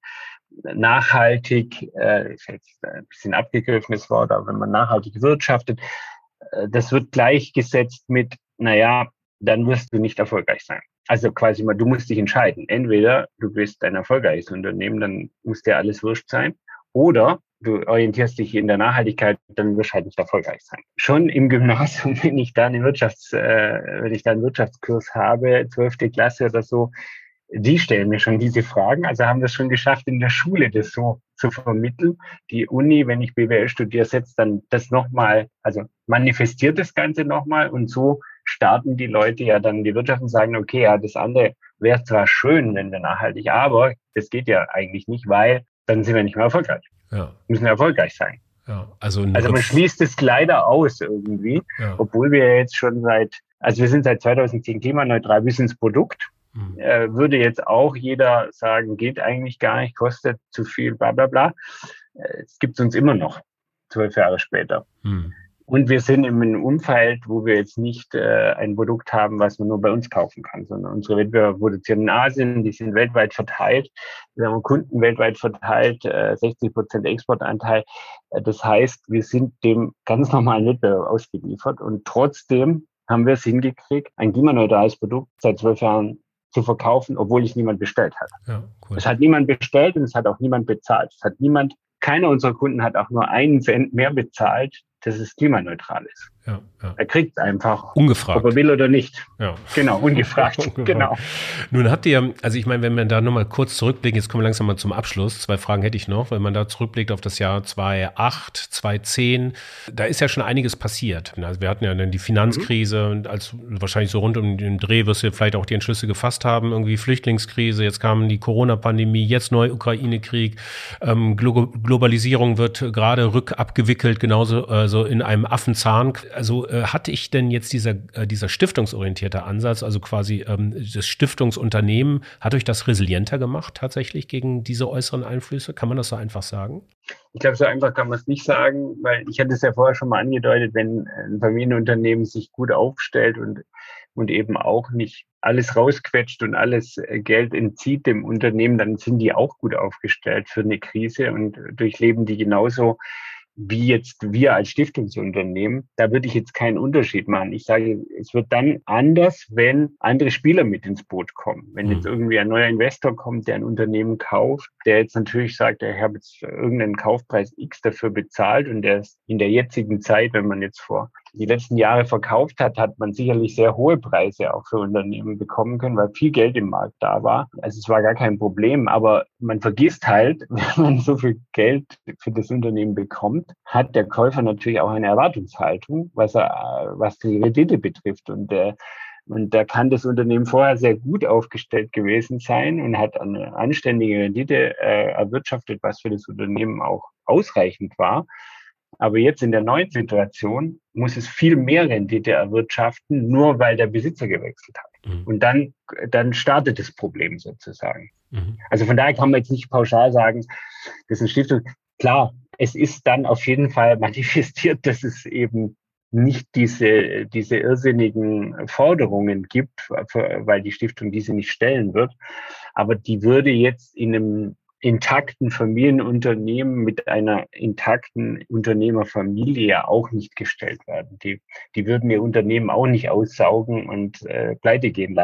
nachhaltig, äh, ist jetzt ein bisschen abgegriffenes Wort, aber wenn man nachhaltig wirtschaftet, äh, das wird gleichgesetzt mit, naja, dann wirst du nicht erfolgreich sein. Also quasi mal, du musst dich entscheiden. Entweder du bist ein erfolgreiches Unternehmen, dann muss dir alles wurscht sein, oder du orientierst dich in der Nachhaltigkeit, dann wirst du halt nicht erfolgreich sein. Schon im Gymnasium, wenn ich da einen Wirtschafts, äh, wenn ich da einen Wirtschaftskurs habe, zwölfte Klasse oder so, die stellen mir schon diese Fragen. Also haben wir es schon geschafft, in der Schule das so zu vermitteln. Die Uni, wenn ich B W L studiere, setzt dann das nochmal, also manifestiert das Ganze nochmal und so starten die Leute ja dann in die Wirtschaft und sagen, okay, ja, das andere wäre zwar schön, wenn wir nachhaltig, aber das geht ja eigentlich nicht, weil dann sind wir nicht mehr erfolgreich. Ja. Müssen erfolgreich sein. Ja, also, also man schließt es leider aus irgendwie, ja. Obwohl wir jetzt schon seit, also wir sind seit zweitausendzehn klimaneutral bis ins Produkt. Mhm. Äh, würde jetzt auch jeder sagen, geht eigentlich gar nicht, kostet zu viel, bla bla bla. Äh, es gibt uns immer noch, zwölf Jahre später. Mhm. Und wir sind in einem Umfeld, wo wir jetzt nicht äh, ein Produkt haben, was man nur bei uns kaufen kann, sondern unsere Wettbewerber produzieren in Asien, die sind weltweit verteilt. Wir haben Kunden weltweit verteilt, äh, sechzig Prozent Exportanteil. Äh, das heißt, wir sind dem ganz normalen Wettbewerb ausgeliefert und trotzdem haben wir es hingekriegt, ein klimaneutrales Produkt seit zwölf Jahren zu verkaufen, obwohl es niemand bestellt hat. Ja, cool. Es hat niemand bestellt und es hat auch niemand bezahlt. Es hat niemand, keiner unserer Kunden hat auch nur einen Cent mehr bezahlt, dass es klimaneutral ist. Ja, ja. Er kriegt es einfach. Ungefragt. Ob er will oder nicht. Ja. Genau, ungefragt. ungefragt. Genau. Nun habt ihr, also ich meine, wenn wir da nochmal kurz zurückblicken, jetzt kommen wir langsam mal zum Abschluss. Zwei Fragen hätte ich noch. Wenn man da zurückblickt auf das Jahr zweitausendacht, zweitausendzehn, da ist ja schon einiges passiert. Also wir hatten ja dann die Finanzkrise mhm. und als wahrscheinlich so rund um den Dreh wirst du vielleicht auch die Entschlüsse gefasst haben, irgendwie Flüchtlingskrise, jetzt kam die Corona-Pandemie, jetzt neu Ukraine-Krieg, ähm, Glo- Globalisierung wird gerade rückabgewickelt, genauso also in einem Affenzahn. Also äh, hatte ich denn jetzt dieser, äh, dieser stiftungsorientierte Ansatz, also quasi ähm, das Stiftungsunternehmen, hat euch das resilienter gemacht tatsächlich gegen diese äußeren Einflüsse? Kann man das so einfach sagen? Ich glaube, so einfach kann man es nicht sagen, weil ich hatte es ja vorher schon mal angedeutet, wenn ein Familienunternehmen sich gut aufstellt und, und eben auch nicht alles rausquetscht und alles Geld entzieht dem Unternehmen, dann sind die auch gut aufgestellt für eine Krise und durchleben die genauso wie jetzt wir als Stiftungsunternehmen, da würde ich jetzt keinen Unterschied machen. Ich sage, es wird dann anders, wenn andere Spieler mit ins Boot kommen. Wenn jetzt irgendwie ein neuer Investor kommt, der ein Unternehmen kauft, der jetzt natürlich sagt, ich habe jetzt irgendeinen Kaufpreis X dafür bezahlt und der ist in der jetzigen Zeit, wenn man jetzt vor die letzten Jahre verkauft hat, hat man sicherlich sehr hohe Preise auch für Unternehmen bekommen können, weil viel Geld im Markt da war. Also es war gar kein Problem, aber man vergisst halt, wenn man so viel Geld für das Unternehmen bekommt, hat der Käufer natürlich auch eine Erwartungshaltung, was er, was die Rendite betrifft. Und der, und da kann das Unternehmen vorher sehr gut aufgestellt gewesen sein und hat eine anständige Rendite äh, erwirtschaftet, was für das Unternehmen auch ausreichend war. Aber jetzt in der neuen Situation muss es viel mehr Rendite erwirtschaften, nur weil der Besitzer gewechselt hat. Mhm. Und dann, dann startet das Problem sozusagen. Mhm. Also von daher kann man jetzt nicht pauschal sagen, das ist eine Stiftung. Klar, es ist dann auf jeden Fall manifestiert, dass es eben nicht diese, diese irrsinnigen Forderungen gibt, weil die Stiftung diese nicht stellen wird. Aber die würde jetzt in einem intakten Familienunternehmen mit einer intakten Unternehmerfamilie ja auch nicht gestellt werden. Die, die würden ihr Unternehmen auch nicht aussaugen und äh, pleite gehen lassen,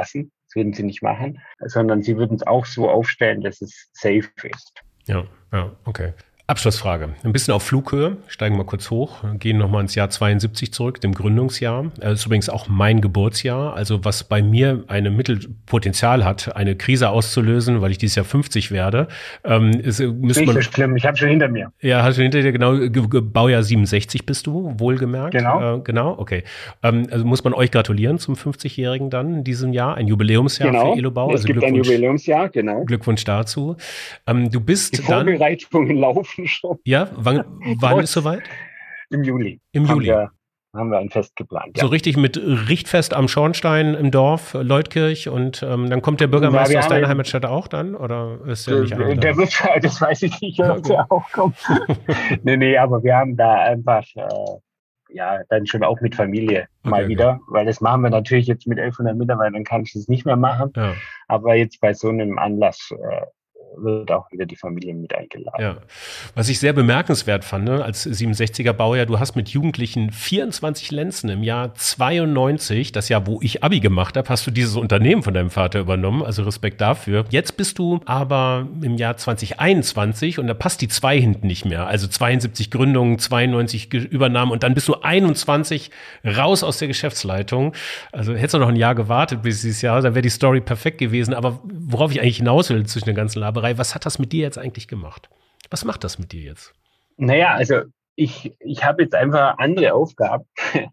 Das würden sie nicht machen, sondern sie würden es auch so aufstellen, dass es safe ist. Ja, ja, okay. Abschlussfrage. Ein bisschen auf Flughöhe. Steigen wir kurz hoch. Gehen nochmal ins Jahr zweiundsiebzig zurück, dem Gründungsjahr. Das ist übrigens auch mein Geburtsjahr. Also was bei mir eine Mittelpotenzial hat, eine Krise auszulösen, weil ich dieses Jahr fünfzig werde. Ähm, ist, nicht man, so schlimm. Ich habe schon hinter mir. Ja, hast du hinter dir, genau. Baujahr siebenundsechzig bist du, wohlgemerkt. Genau. Äh, genau, okay. Ähm, also muss man euch gratulieren zum fünfzigjährigen dann in diesem Jahr. Ein Jubiläumsjahr genau. für Elobau. Es also gibt ein Jubiläumsjahr, genau. Glückwunsch dazu. Ähm, du bist Die Vorbereitungen laufen schon. Ja, wann, wann ist soweit? Im Juli. Im haben Juli. Wir, haben wir ein Fest geplant. So ja. richtig mit Richtfest am Schornstein im Dorf, Leutkirch, und ähm, dann kommt der Bürgermeister ja, aus deiner Heimatstadt auch dann? Oder ist der, der nicht eingeladen? Der wird, das weiß ich nicht, ob der auch kommt. nee, nee, aber wir haben da einfach, äh, ja, dann schon auch mit Familie okay, mal wieder, okay. Weil das machen wir natürlich jetzt mit elfhundert Mitarbeitern, kann ich das nicht mehr machen. Ja. Aber jetzt bei so einem Anlass äh, wird auch wieder die Familie mit eingeladen. Ja. Was ich sehr bemerkenswert fand, ne, als siebenundsechziger Baujahr, du hast mit Jugendlichen vierundzwanzig Lenzen im Jahr zweiundneunzig, das Jahr, wo ich Abi gemacht habe, hast du dieses Unternehmen von deinem Vater übernommen, also Respekt dafür. Jetzt bist du aber im Jahr zweitausendeinundzwanzig und da passt die zwei hinten nicht mehr, also zweiundsiebzig Gründungen, zweiundneunzig Übernahmen und dann bist du einundzwanzig raus aus der Geschäftsleitung. Also hättest du noch ein Jahr gewartet bis dieses Jahr, dann wäre die Story perfekt gewesen, aber worauf ich eigentlich hinaus will zwischen der ganzen Laberei, was hat das mit dir jetzt eigentlich gemacht? Was macht das mit dir jetzt? Naja, also ich, ich habe jetzt einfach andere Aufgaben,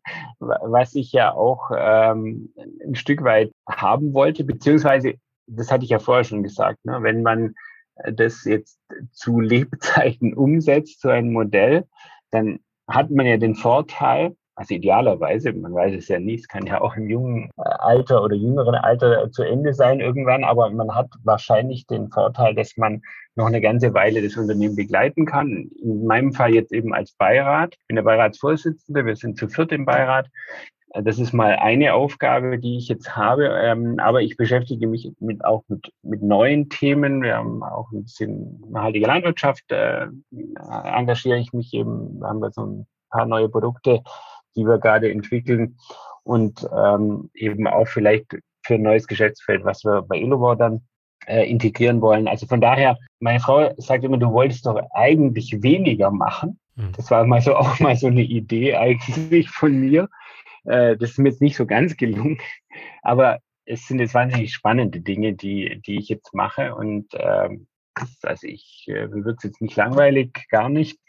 was ich ja auch ähm, ein Stück weit haben wollte, beziehungsweise, das hatte ich ja vorher schon gesagt, ne, wenn man das jetzt zu Lebzeiten umsetzt, so ein Modell, dann hat man ja den Vorteil, also idealerweise, man weiß es ja nie, es kann ja auch im jungen Alter oder jüngeren Alter zu Ende sein irgendwann, aber man hat wahrscheinlich den Vorteil, dass man noch eine ganze Weile das Unternehmen begleiten kann. In meinem Fall jetzt eben als Beirat. Ich bin der Beiratsvorsitzende, wir sind zu viert im Beirat. Das ist mal eine Aufgabe, die ich jetzt habe, aber ich beschäftige mich mit, auch mit, mit neuen Themen. Wir haben auch ein bisschen nachhaltige Landwirtschaft, äh, engagiere ich mich eben, da haben wir so ein paar neue Produkte, die wir gerade entwickeln und ähm, eben auch vielleicht für ein neues Geschäftsfeld, was wir bei Elobau dann äh, integrieren wollen. Also von daher, meine Frau sagt immer, du wolltest doch eigentlich weniger machen. Mhm. Das war mal so auch mal so eine Idee eigentlich von mir. Äh, das ist mir jetzt nicht so ganz gelungen, aber es sind jetzt wahnsinnig spannende Dinge, die die ich jetzt mache und ähm, also ich äh, mir wird es jetzt nicht langweilig, gar nicht.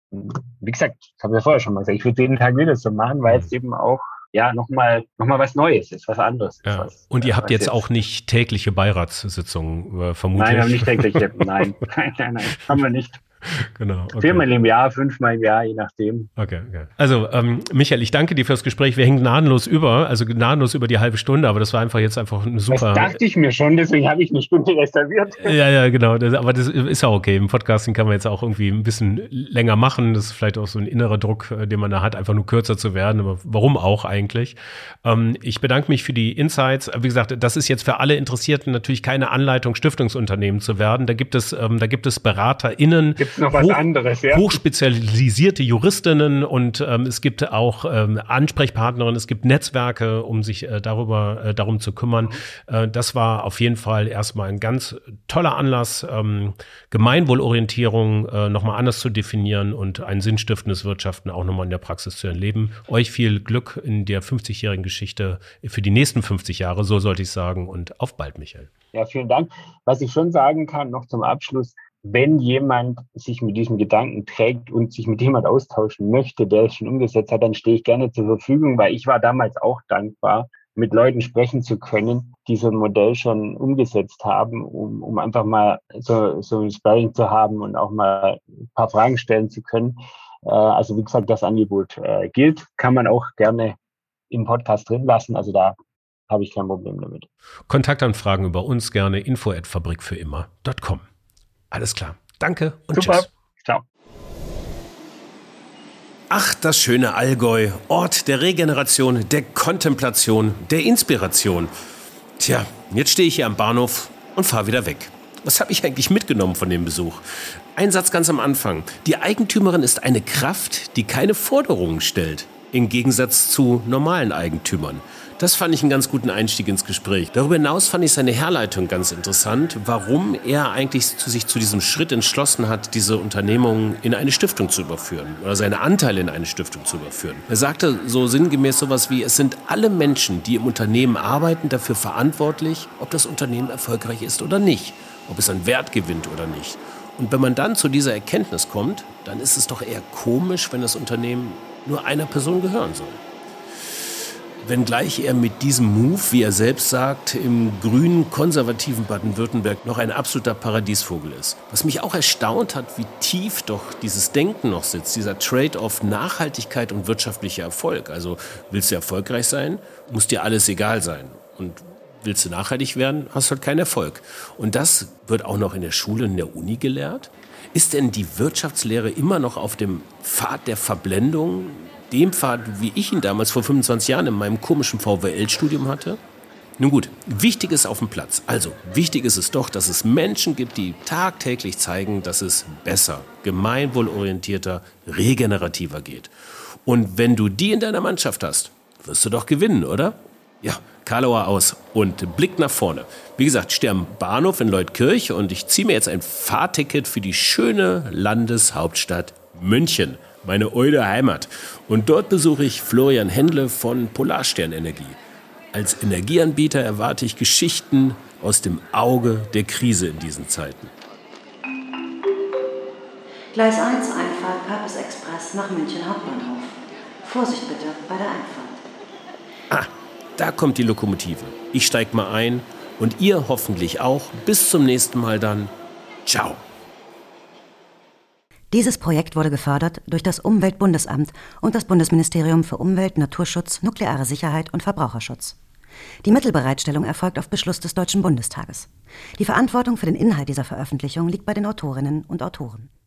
Wie gesagt, das habe ich ja vorher schon mal gesagt, ich würde jeden Tag wieder so machen, weil es eben auch ja nochmal noch mal was Neues ist, was anderes ja. ist. Was, und ihr was habt jetzt, jetzt auch nicht tägliche Beiratssitzungen, äh, vermutlich? Nein, wir haben nicht tägliche, nein, nein, nein, nein, haben wir nicht. Genau. Okay. Viermal im Jahr, fünfmal im Jahr, je nachdem. Okay, okay. Also, ähm, Michael, ich danke dir fürs Gespräch. Wir hängen gnadenlos über, also gnadenlos über die halbe Stunde, aber das war einfach jetzt einfach eine super. Das dachte ich mir schon, deswegen habe ich eine Stunde reserviert. Ja, ja, genau. Das, aber das ist ja okay. Im Podcasting kann man jetzt auch irgendwie ein bisschen länger machen. Das ist vielleicht auch so ein innerer Druck, den man da hat, einfach nur kürzer zu werden. Aber warum auch eigentlich? Ähm, ich bedanke mich für die Insights. Wie gesagt, das ist jetzt für alle Interessierten natürlich keine Anleitung, Stiftungsunternehmen zu werden. Da gibt es, ähm, da gibt es BeraterInnen. Gibt's noch was hoch, anderes? Ja. Hochspezialisierte Juristinnen und ähm, es gibt auch ähm, Ansprechpartnerinnen, es gibt Netzwerke, um sich äh, darüber äh, darum zu kümmern. Äh, das war auf jeden Fall erstmal ein ganz toller Anlass, ähm, Gemeinwohlorientierung äh, nochmal anders zu definieren und ein sinnstiftendes Wirtschaften auch nochmal in der Praxis zu erleben. Euch viel Glück in der fünfzigjährigen Geschichte für die nächsten fünfzig Jahre, so sollte ich sagen, und auf bald, Michael. Ja, vielen Dank. Was ich schon sagen kann, noch zum Abschluss, wenn jemand sich mit diesem Gedanken trägt und sich mit jemand austauschen möchte, der es schon umgesetzt hat, dann stehe ich gerne zur Verfügung, weil ich war damals auch dankbar, mit Leuten sprechen zu können, die so ein Modell schon umgesetzt haben, um, um einfach mal so, so ein Sparring zu haben und auch mal ein paar Fragen stellen zu können. Äh, also wie gesagt, das Angebot äh, gilt, kann man auch gerne im Podcast drin lassen, also da habe ich kein Problem damit. Kontaktanfragen über uns gerne info at fabrikfürimmer punkt com. Alles klar. Danke und Super. Tschüss. Ciao. Ach, das schöne Allgäu. Ort der Regeneration, der Kontemplation, der Inspiration. Tja, jetzt stehe ich hier am Bahnhof und fahre wieder weg. Was habe ich eigentlich mitgenommen von dem Besuch? Ein Satz ganz am Anfang. Die Eigentümerin ist eine Kraft, die keine Forderungen stellt. Im Gegensatz zu normalen Eigentümern. Das fand ich einen ganz guten Einstieg ins Gespräch. Darüber hinaus fand ich seine Herleitung ganz interessant, warum er eigentlich zu sich zu diesem Schritt entschlossen hat, diese Unternehmung in eine Stiftung zu überführen oder seine Anteile in eine Stiftung zu überführen. Er sagte so sinngemäß sowas wie, es sind alle Menschen, die im Unternehmen arbeiten, dafür verantwortlich, ob das Unternehmen erfolgreich ist oder nicht, ob es an Wert gewinnt oder nicht. Und wenn man dann zu dieser Erkenntnis kommt, dann ist es doch eher komisch, wenn das Unternehmen nur einer Person gehören soll. Wenngleich er mit diesem Move, wie er selbst sagt, im grünen, konservativen Baden-Württemberg noch ein absoluter Paradiesvogel ist. Was mich auch erstaunt hat, wie tief doch dieses Denken noch sitzt, dieser Trade-off Nachhaltigkeit und wirtschaftlicher Erfolg. Also willst du erfolgreich sein, muss dir alles egal sein. Und willst du nachhaltig werden, hast du halt keinen Erfolg. Und das wird auch noch in der Schule und in der Uni gelehrt. Ist denn die Wirtschaftslehre immer noch auf dem Pfad der Verblendung, dem Pfad, wie ich ihn damals vor fünfundzwanzig Jahren in meinem komischen V W L-Studium hatte? Nun gut, wichtig ist auf dem Platz. Also, wichtig ist es doch, dass es Menschen gibt, die tagtäglich zeigen, dass es besser, gemeinwohlorientierter, regenerativer geht. Und wenn du die in deiner Mannschaft hast, wirst du doch gewinnen, oder? Ja, Karlauer aus und Blick nach vorne. Wie gesagt, ich stehe am Bahnhof in Leutkirch und ich ziehe mir jetzt ein Fahrticket für die schöne Landeshauptstadt München, meine oide Heimat. Und dort besuche ich Florian Händle von Polarstern Energie. Als Energieanbieter erwarte ich Geschichten aus dem Auge der Krise in diesen Zeiten. Gleis eins, Einfahrt Papes Express nach München Hauptbahnhof. Vorsicht bitte bei der Einfahrt. Ah, da kommt die Lokomotive. Ich steig mal ein und ihr hoffentlich auch. Bis zum nächsten Mal dann. Ciao. Dieses Projekt wurde gefördert durch das Umweltbundesamt und das Bundesministerium für Umwelt, Naturschutz, nukleare Sicherheit und Verbraucherschutz. Die Mittelbereitstellung erfolgt auf Beschluss des Deutschen Bundestages. Die Verantwortung für den Inhalt dieser Veröffentlichung liegt bei den Autorinnen und Autoren.